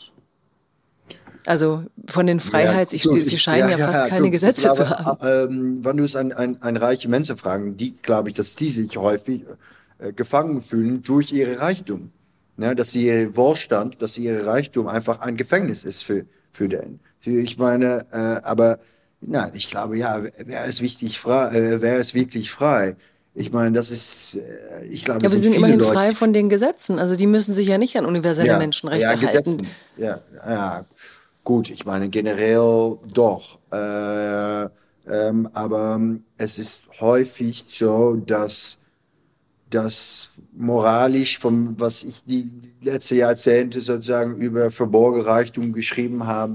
Also von den Ja, Freiheits... Ich, du, sie ich, scheinen ja, ja ja, fast ja, keine du, ich Gesetze zu glaube, haben. äh, ähm, wenn du es an, an, an reiche Menschen fragen, die glaube ich, dass die sich häufig äh, gefangen fühlen durch ihre Reichtum. ne, dass ihr Wohlstand, dass ihr Reichtum einfach ein Gefängnis ist für, für den. Ich meine, äh, aber nein, ich glaube, ja, wer ist wichtig frei, äh, wer ist wirklich frei? Ich meine, das ist, äh, ich glaube, Ja, es aber sie sind sind viele immerhin Leute, frei die, von den Gesetzen. Also die müssen sich ja nicht an universelle ja, ja, Menschenrechte halten. Gesetzen, ja, ja, gut, ich meine, generell doch, äh, ähm, aber es ist häufig so, dass dass moralisch, vom, was ich die letzten Jahrzehnte sozusagen über verborgene Reichtum geschrieben habe,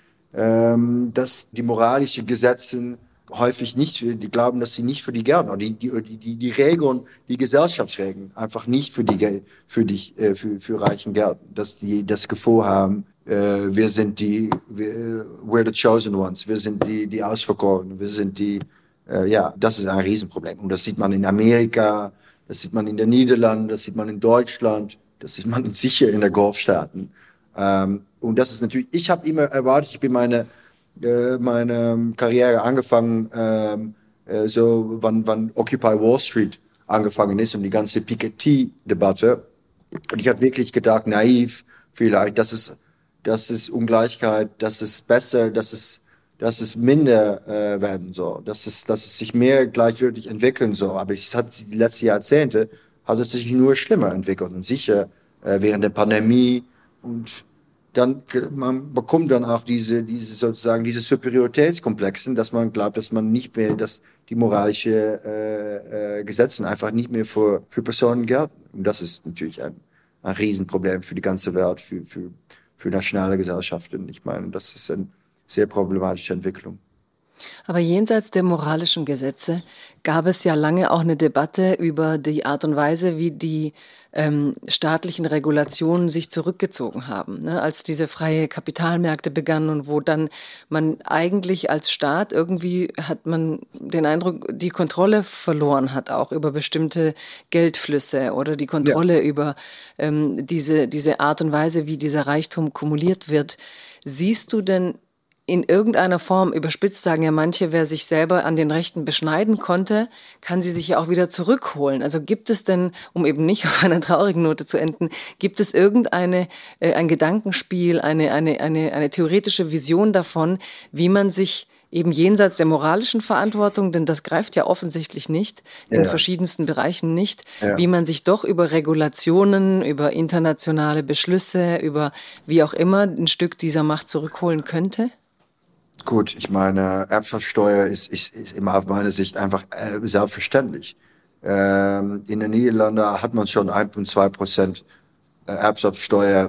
ähm, dass die moralischen Gesetze häufig nicht, die glauben, dass sie nicht für die gelten, oder die, die, die, die Regeln, die Gesellschaftsregeln einfach nicht für die, für die, äh, für, für Reichen gelten, dass die das Gefühl haben, äh, wir sind die, wir, we're the chosen ones, wir sind die, die Ausverkorenen, wir sind die, äh, ja, das ist ein Riesenproblem. Und das sieht man in Amerika, das sieht man in den Niederlanden, das sieht man in Deutschland, das sieht man sicher in den Golfstaaten. Ähm, und das ist natürlich, ich habe immer erwartet, ich bin meine, äh, meine Karriere angefangen, ähm, äh, so wann, wann Occupy Wall Street angefangen ist und die ganze Piketty-Debatte. Und ich habe wirklich gedacht, naiv vielleicht, dass es, dass es Ungleichheit, dass es besser, dass es, dass es minder äh, werden soll, dass es, dass es sich mehr gleichwürdig entwickeln soll. Aber es hat die letzten Jahrzehnte hat es sich nur schlimmer entwickelt und sicher äh, während der Pandemie und dann man bekommt dann auch diese diese sozusagen diese Superioritätskomplexen, dass man glaubt, dass man nicht mehr, dass die moralische äh, äh, Gesetze einfach nicht mehr für für Personen gelten. Und das ist natürlich ein ein Riesenproblem für die ganze Welt, für für für nationale Gesellschaften. Ich meine, das ist eine sehr problematische Entwicklung. Aber jenseits der moralischen Gesetze gab es ja lange auch eine Debatte über die Art und Weise, wie die ähm, staatlichen Regulationen sich zurückgezogen haben, ne? Als diese freie Kapitalmärkte begannen und wo dann man eigentlich als Staat irgendwie hat man den Eindruck, die Kontrolle verloren hat, auch über bestimmte Geldflüsse oder die Ja. Kontrolle über ähm, diese, diese Art und Weise, wie dieser Reichtum kumuliert wird. Siehst du denn in irgendeiner Form, überspitzt sagen ja manche, wer sich selber an den Rechten beschneiden konnte, kann sie sich ja auch wieder zurückholen. Also gibt es denn, um eben nicht auf einer traurigen Note zu enden, gibt es irgendeine, äh, ein Gedankenspiel, eine, eine, eine, eine theoretische Vision davon, wie man sich eben jenseits der moralischen Verantwortung, denn das greift ja offensichtlich nicht, in Ja. verschiedensten Bereichen nicht, Ja. wie man sich doch über Regulationen, über internationale Beschlüsse, über wie auch immer ein Stück dieser Macht zurückholen könnte? Gut, ich meine, Erbschaftssteuer ist, ist, ist immer auf meine Sicht einfach äh, selbstverständlich. Ähm, in den Niederlanden hat man schon eins Komma zwei Prozent äh, Erbschaftssteuer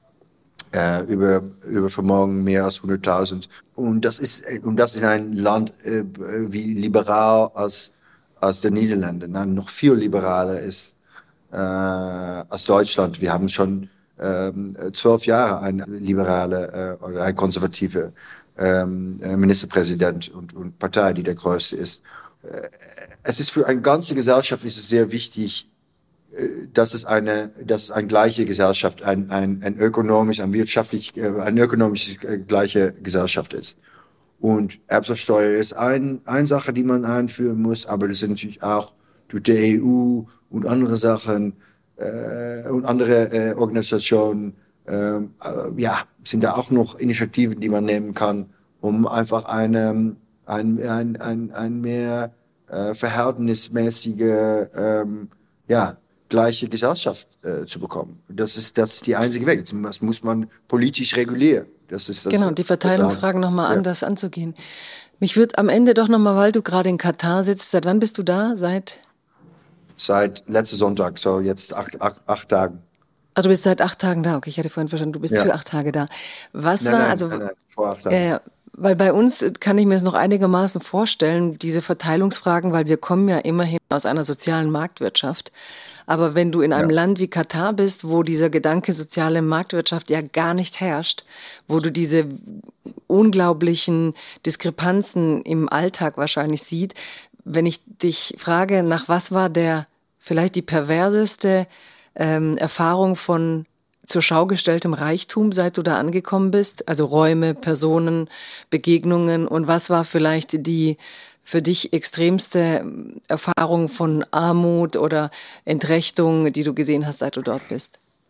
äh, über, über Vermögen mehr als hunderttausend. Und das ist, und das ist ein Land äh, wie liberal als, als der Niederlande, nein, noch viel liberaler ist äh, als Deutschland. Wir haben schon ähm, zwölf Jahre eine liberale äh, oder eine konservative ähm, äh, Ministerpräsident und, und Partei, die der größte ist. Äh, es ist für eine ganze Gesellschaft ist es sehr wichtig, äh, dass es eine, dass es eine gleiche Gesellschaft, ein, ein, ein ökonomisch, ein wirtschaftlich, äh, eine ökonomisch äh, gleiche Gesellschaft ist. Und Erbschaftssteuer ist ein, eine Sache, die man einführen muss, aber das sind natürlich auch durch die E U und andere Sachen äh, und andere äh, Organisationen, äh, äh, ja, sind da auch noch Initiativen, die man nehmen kann, um einfach eine, ein, ein, ein, ein mehr äh, verhältnismäßige, ähm, ja, gleiche Gesellschaft äh, zu bekommen. Das ist, das ist die einzige Weg. Das muss man politisch regulieren. Das ist das, Genau, die Verteilungsfragen nochmal ja. anders anzugehen. Mich würde am Ende doch nochmal, weil du gerade in Katar sitzt, seit wann bist du da? Seit? Seit letzten Sonntag, so jetzt acht, acht, acht Tagen. Also du bist seit acht Tagen da. Okay, ich hatte vorhin verstanden, du bist Ja. für acht Tage da. Was Nein, war, nein, also, nein, nein, vor acht Tagen. äh, weil bei uns kann ich mir das noch einigermaßen vorstellen, diese Verteilungsfragen, weil wir kommen ja immerhin aus einer sozialen Marktwirtschaft. Aber wenn du in einem Ja. Land wie Katar bist, wo dieser Gedanke soziale Marktwirtschaft ja gar nicht herrscht, wo du diese unglaublichen Diskrepanzen im Alltag wahrscheinlich siehst, wenn ich dich frage, nach was war der vielleicht die perverseste ähm, Erfahrung von zur Schau gestelltem Reichtum, seit du da angekommen bist? Also Räume, Personen, Begegnungen, und was war vielleicht die für dich extremste Erfahrung von Armut oder Entrechtung, die du gesehen hast, seit du dort bist?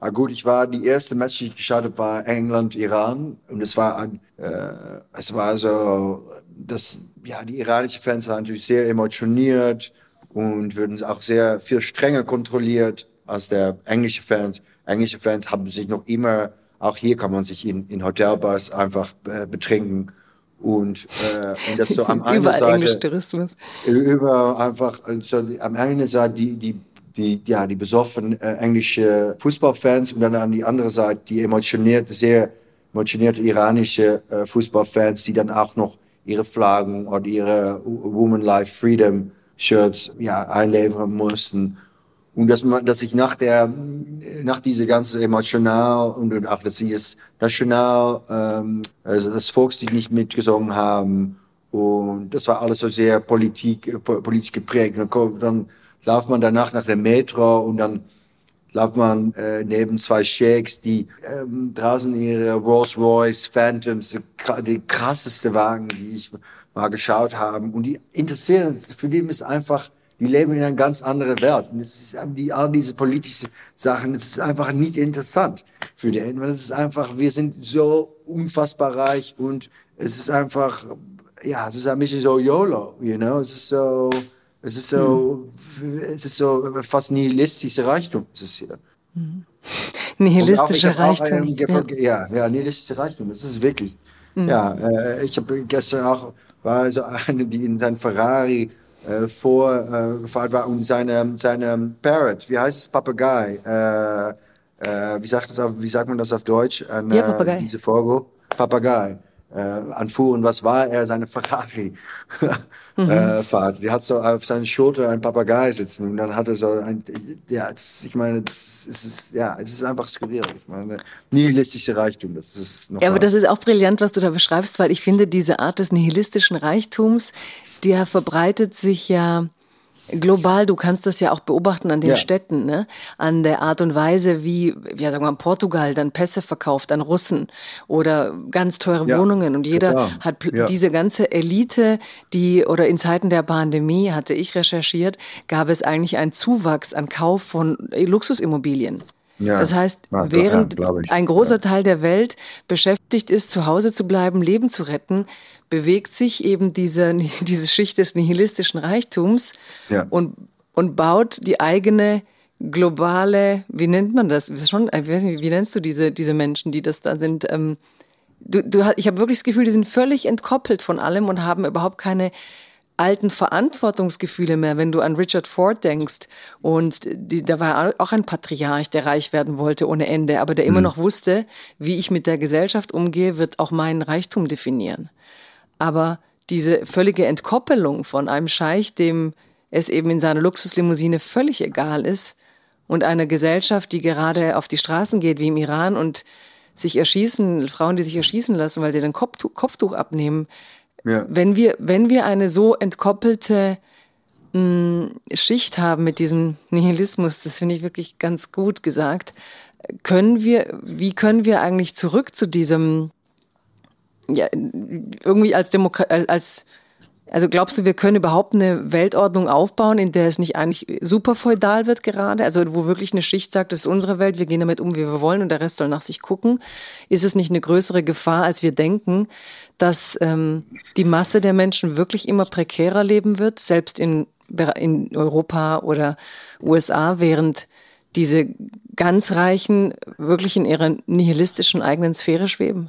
Ah, gut, ich war, die erste Match, die ich geschaut habe, war England, Iran. Und es war, ein, äh, es war so, das, ja, die iranischen Fans waren natürlich sehr emotioniert und würden auch sehr viel strenger kontrolliert als der englische Fans. Englische Fans haben sich noch immer, auch hier kann man sich in, in Hotelbars einfach äh, betrinken. Und, äh, und das so am einen Überall Englisch Seite, Tourismus. über einfach, so, am einen Seite die, die, die, ja, die besoffenen äh, englische Fußballfans und dann an die andere Seite die emotionierte, sehr emotionierte iranische äh, Fußballfans, die dann auch noch ihre Flaggen oder ihre Woman Life Freedom Shirts ja, einlevern mussten. Und dass man, dass ich nach der, nach diese ganze emotional und, und auch, dass sie es national, ähm, also das Volkslied nicht mitgesungen haben. Und das war alles so sehr Politik, äh, politisch geprägt. Und dann, dann läuft man danach nach der Metro und dann läuft man äh, neben zwei Sheiks, die ähm, draußen ihre Rolls-Royce Phantoms, die krasseste Wagen, die ich mal geschaut haben. Und die interessieren, für die ist einfach, die leben in einer ganz anderen Welt. Und es ist die, all diese politischen Sachen, es ist einfach nicht interessant für den. Weil es ist einfach, wir sind so unfassbar reich und es ist einfach, ja, es ist ein bisschen so YOLO, you know, es ist so, es ist so, hm. es ist so fast nihilistischer Reichtum, ist es hier. Hm. Nihilistischer auch, Reichtum. Auch, ja. ja, ja, nihilistischer Reichtum, das ist wirklich. Hm. Ja, äh, ich habe gestern auch, war so eine, die in seinem Ferrari äh, vorgefahren äh, war und seine, seine Parrot, wie heißt es, Papagei, äh, äh, wie, sagt das auf, wie sagt man das auf Deutsch? An, ja, Papagei. Äh, diese Vogel, Papagei. Äh, anfuhr und was war er? Seine Ferrari mhm. äh, Fahrt. Die hat so auf seiner Schulter ein Papagei sitzen und dann hat er so ein, ja, das, ich meine, das ist, ja, es ist einfach skurril. Ich meine, nihilistische Reichtum, das ist noch Ja, aber was. das ist auch brillant, was du da beschreibst, weil ich finde, diese Art des nihilistischen Reichtums, der verbreitet sich ja global. Du kannst das ja auch beobachten an den ja. Städten, ne? An der Art und Weise, wie, ja, sagen wir mal, Portugal dann Pässe verkauft an Russen oder ganz teure ja, Wohnungen. Und jeder total. hat ja. diese ganze Elite, die, oder in Zeiten der Pandemie, hatte ich recherchiert, gab es eigentlich einen Zuwachs an Kauf von Luxusimmobilien. Ja, das heißt, ja, während ja, ein großer ja. Teil der Welt beschäftigt ist, zu Hause zu bleiben, Leben zu retten, bewegt sich eben diese, diese Schicht des nihilistischen Reichtums ja. und, und baut die eigene globale, wie nennt man das? das ist schon, ich weiß nicht, wie nennst du diese, diese Menschen, die das da sind? Ähm, du, du, ich habe wirklich das Gefühl, die sind völlig entkoppelt von allem und haben überhaupt keine alten Verantwortungsgefühle mehr, wenn du an Richard Ford denkst. Und die, da war auch ein Patriarch, der reich werden wollte ohne Ende, aber der mhm. immer noch wusste, wie ich mit der Gesellschaft umgehe, wird auch meinen Reichtum definieren. Aber diese völlige Entkoppelung von einem Scheich, dem es eben in seiner Luxuslimousine völlig egal ist, und einer Gesellschaft, die gerade auf die Straßen geht, wie im Iran, und sich erschießen, Frauen, die sich erschießen lassen, weil sie den Kopftuch, Kopftuch abnehmen. Ja. Wenn wir, wenn wir eine so entkoppelte mh, Schicht haben mit diesem Nihilismus, das finde ich wirklich ganz gut gesagt, können wir, wie können wir eigentlich zurück zu diesem, ja, irgendwie als Demokratie, als, also glaubst du, wir können überhaupt eine Weltordnung aufbauen, in der es nicht eigentlich super feudal wird gerade? Also wo wirklich eine Schicht sagt, das ist unsere Welt, wir gehen damit um, wie wir wollen und der Rest soll nach sich gucken. Ist es nicht eine größere Gefahr, als wir denken, dass ähm, die Masse der Menschen wirklich immer prekärer leben wird, selbst in, in Europa oder U S A, während diese ganz Reichen wirklich in ihrer nihilistischen eigenen Sphäre schweben?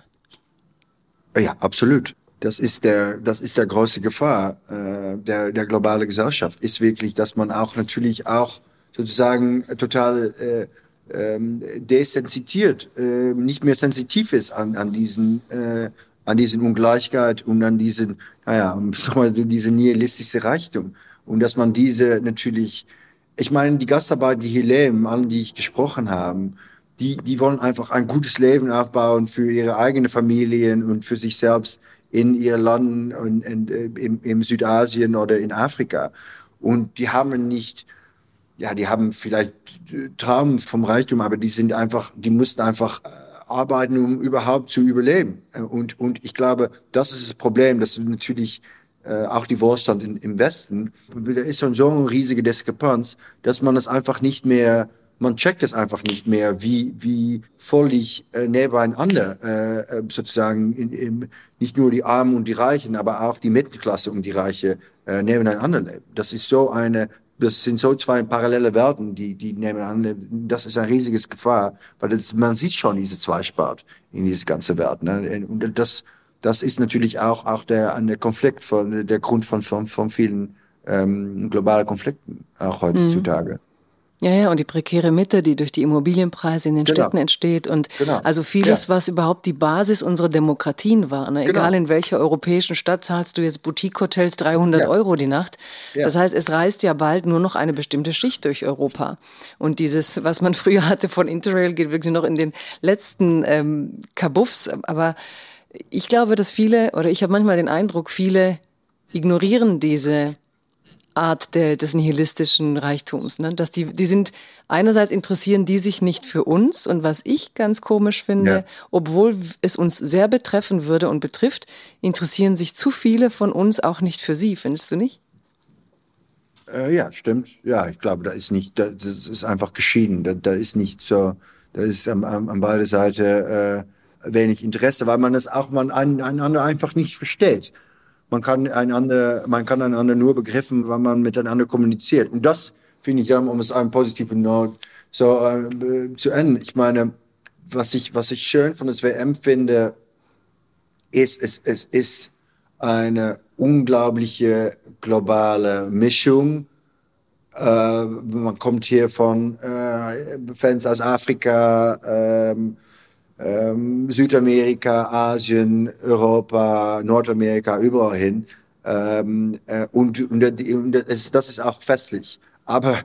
Ja, absolut. Das ist der, das ist der große Gefahr äh, der, der globalen Gesellschaft. Ist wirklich, dass man auch natürlich auch sozusagen total äh, ähm, desensitiert, äh, nicht mehr sensitiv ist an, an diesen, äh, an diesen Ungleichheit und an diesen, naja, diese nihilistische Reichtum. Und dass man diese natürlich, ich meine, die Gastarbeiter, die hier leben, alle, die ich gesprochen habe, die, die wollen einfach ein gutes Leben aufbauen für ihre eigenen Familien und für sich selbst in ihr Land und, und, im, im Südasien oder in Afrika. Und die haben nicht, ja, die haben vielleicht Traum vom Reichtum, aber die sind einfach, die mussten einfach arbeiten, um überhaupt zu überleben. Und, und ich glaube, das ist das Problem, dass natürlich äh, auch die Wohlstand in, im Westen, da ist so eine riesige Diskrepanz, dass man es einfach nicht mehr man checkt es einfach nicht mehr, wie, wie völlig äh, nebeneinander äh, sozusagen in, in, nicht nur die Armen und die Reichen, aber auch die Mittelklasse und die Reiche äh, nebeneinander leben. Das ist so eine, das sind so zwei parallele Welten, die, die nebeneinander leben. Das ist eine riesige Gefahr, weil das, man sieht schon diese Zweispalt in diese ganze Welt. Ne? Und das, das ist natürlich auch, auch der, der Konflikt, von, der Grund von, von, von vielen ähm, globalen Konflikten, auch heutzutage. Mhm. Ja, ja, und die prekäre Mitte, die durch die Immobilienpreise in den Genau. Städten entsteht und Genau. also vieles, Ja. was überhaupt die Basis unserer Demokratien war. Ne? Genau. Egal in welcher europäischen Stadt zahlst du jetzt Boutique-Hotels dreihundert Ja. Euro die Nacht. Ja. Das heißt, es reist ja bald nur noch eine bestimmte Schicht durch Europa. Und dieses, was man früher hatte von Interrail, geht wirklich noch in den letzten ähm, Kabuffs. Aber ich glaube, dass viele, oder ich habe manchmal den Eindruck, viele ignorieren diese Art der, des nihilistischen Reichtums. Ne? Dass die, die sind, einerseits interessieren die sich nicht für uns und was ich ganz komisch finde, Ja. obwohl es uns sehr betreffen würde und betrifft, interessieren sich zu viele von uns auch nicht für sie, findest du nicht? Äh, ja, stimmt. Ja, ich glaube, da ist nicht, da, das ist einfach geschieden. Da, da ist nicht so, da ist an, an, an beide Seiten äh, wenig Interesse, weil man das auch man ein- einander einfach nicht versteht. Man kann einander, man kann einander nur begriffen, wenn man miteinander kommuniziert. Und das finde ich, ja, um es einen positiven Not so äh, zu enden. Ich meine, was ich, was ich schön von der W M finde, ist, es, es ist eine unglaubliche globale Mischung. Äh, man kommt hier von äh, Fans aus Afrika, ähm, ähm, Südamerika, Asien, Europa, Nordamerika, überall hin. Ähm, äh, und und, und das, das ist auch festlich. Aber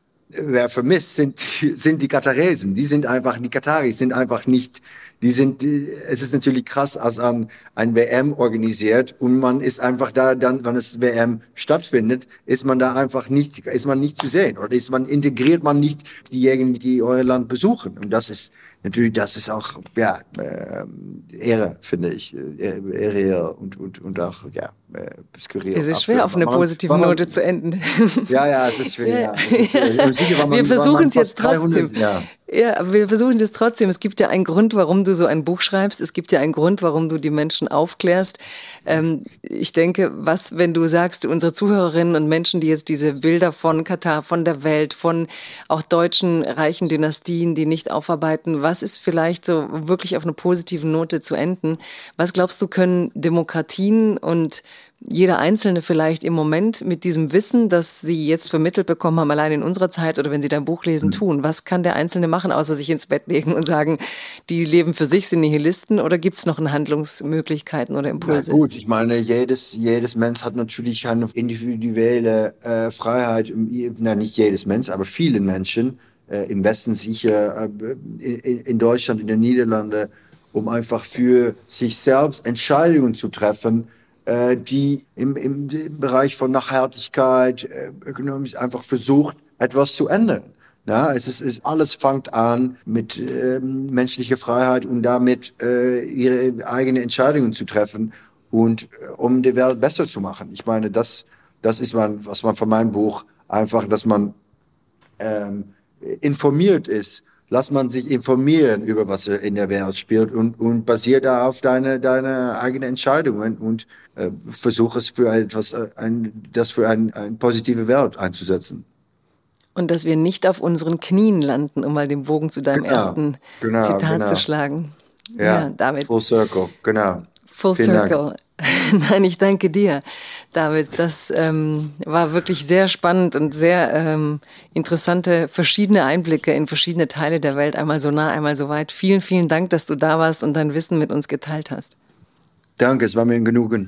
wer vermisst, sind, sind die Kataresen. Die sind einfach, die Kataris sind einfach nicht, die sind, es ist natürlich krass, als ein, ein W M organisiert und man ist einfach da, dann, wenn es W M stattfindet, ist man da einfach nicht, ist man nicht zu sehen oder ist man, integriert man nicht diejenigen, die euer Land besuchen. Und das ist, natürlich, das ist auch, ja, äh, Ehre, finde ich, Ehre, Ehre und, und, und auch, ja, äh, skurril. Es ist schwer, für, auf eine man, positive man, Note zu enden. Ja, ja, es ist schwer, Ja. ja. Es ist schwer. Und sicher, weil man- Wir weil versuchen man es jetzt fast dreihundert, trotzdem. ja. Ja, aber wir versuchen es jetzt trotzdem. Es gibt ja einen Grund, warum du so ein Buch schreibst. Es gibt ja einen Grund, warum du die Menschen aufklärst. Ähm, ich denke, was, wenn du sagst, unsere Zuhörerinnen und Menschen, die jetzt diese Bilder von Katar, von der Welt, von auch deutschen reichen Dynastien, die nicht aufarbeiten, was ist vielleicht so wirklich auf eine positive Note zu enden? Was glaubst du, können Demokratien und jeder Einzelne vielleicht im Moment mit diesem Wissen, das sie jetzt vermittelt bekommen haben, allein in unserer Zeit oder wenn sie dein Buch lesen, tun? Was kann der Einzelne machen, außer sich ins Bett legen und sagen, die leben für sich, sind Nihilisten, oder gibt es noch Handlungsmöglichkeiten oder Impulse? Ja, gut, ich meine, jedes, jedes Mensch hat natürlich eine individuelle äh, Freiheit. Na, nicht jedes Mensch, aber viele Menschen äh, im Westen sicher, äh, in, in Deutschland, in den Niederlanden, um einfach für sich selbst Entscheidungen zu treffen, äh, die im, im, im Bereich von Nachhaltigkeit, äh, ökonomisch einfach versucht, etwas zu ändern. Ja, es ist, es alles fängt an mit ähm, menschlicher Freiheit und damit äh, ihre eigenen Entscheidungen zu treffen und äh, um die Welt besser zu machen. Ich meine, das, das ist man, was man von meinem Buch einfach, dass man ähm, informiert ist. Lass man sich informieren über was in der Welt spielt und, und basiert da auf deine, deine eigenen Entscheidungen und äh, versuche es für etwas, äh, ein, das für ein, eine positive Welt einzusetzen. Und dass wir nicht auf unseren Knien landen, um mal den Bogen zu deinem Genau, ersten genau, Zitat genau. zu schlagen. Ja, Ja, David. Full Circle, genau. Full Vielen Dank. Circle. Nein, ich danke dir, David. Das ähm, war wirklich sehr spannend und sehr ähm, interessante, verschiedene Einblicke in verschiedene Teile der Welt, einmal so nah, einmal so weit. Vielen, vielen Dank, dass du da warst und dein Wissen mit uns geteilt hast. Danke, es war mir ein Genügen.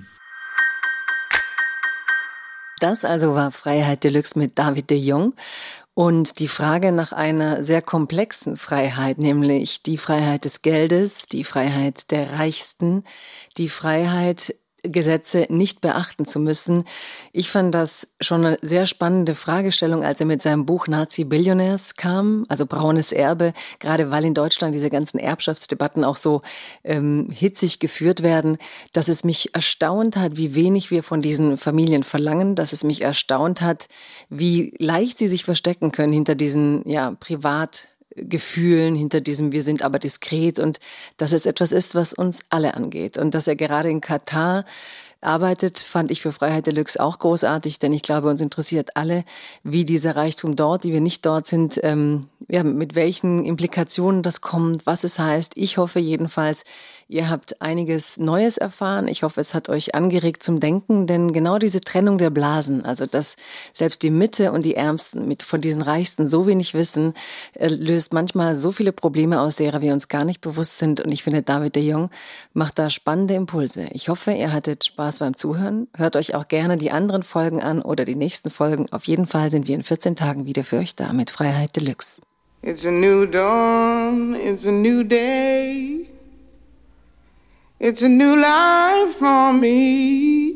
Das also war Freiheit Deluxe mit David de Jong. Und die Frage nach einer sehr komplexen Freiheit, nämlich die Freiheit des Geldes, die Freiheit der Reichsten, die Freiheit Gesetze nicht beachten zu müssen. Ich fand das schon eine sehr spannende Fragestellung, als er mit seinem Buch Nazi-Billionaires kam, also braunes Erbe, gerade weil in Deutschland diese ganzen Erbschaftsdebatten auch so ähm, hitzig geführt werden, dass es mich erstaunt hat, wie wenig wir von diesen Familien verlangen, dass es mich erstaunt hat, wie leicht sie sich verstecken können hinter diesen ja, Privatgefühlen, hinter diesem wir sind aber diskret und dass es etwas ist, was uns alle angeht. Und dass er gerade in Katar arbeitet, fand ich für Freiheit Deluxe auch großartig, denn ich glaube, uns interessiert alle, wie dieser Reichtum dort, die wir nicht dort sind, ähm, ja, mit welchen Implikationen das kommt, was es heißt. Ich hoffe jedenfalls, ihr habt einiges Neues erfahren. Ich hoffe, es hat euch angeregt zum Denken, denn genau diese Trennung der Blasen, also dass selbst die Mitte und die Ärmsten mit von diesen Reichsten so wenig wissen, äh, löst manchmal so viele Probleme aus, derer wir uns gar nicht bewusst sind. Und ich finde, David de Jong macht da spannende Impulse. Ich hoffe, ihr hattet Spaß beim Zuhören. Hört euch auch gerne die anderen Folgen an oder die nächsten Folgen. Auf jeden Fall sind wir in vierzehn Tagen wieder für euch da mit Freiheit Deluxe. It's a new dawn, it's a new day. It's a new life for me.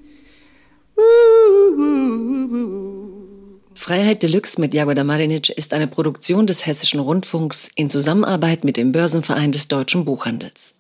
Ooh, ooh, ooh. Freiheit Deluxe mit Jagoda Marinic ist eine Produktion des Hessischen Rundfunks in Zusammenarbeit mit dem Börsenverein des Deutschen Buchhandels.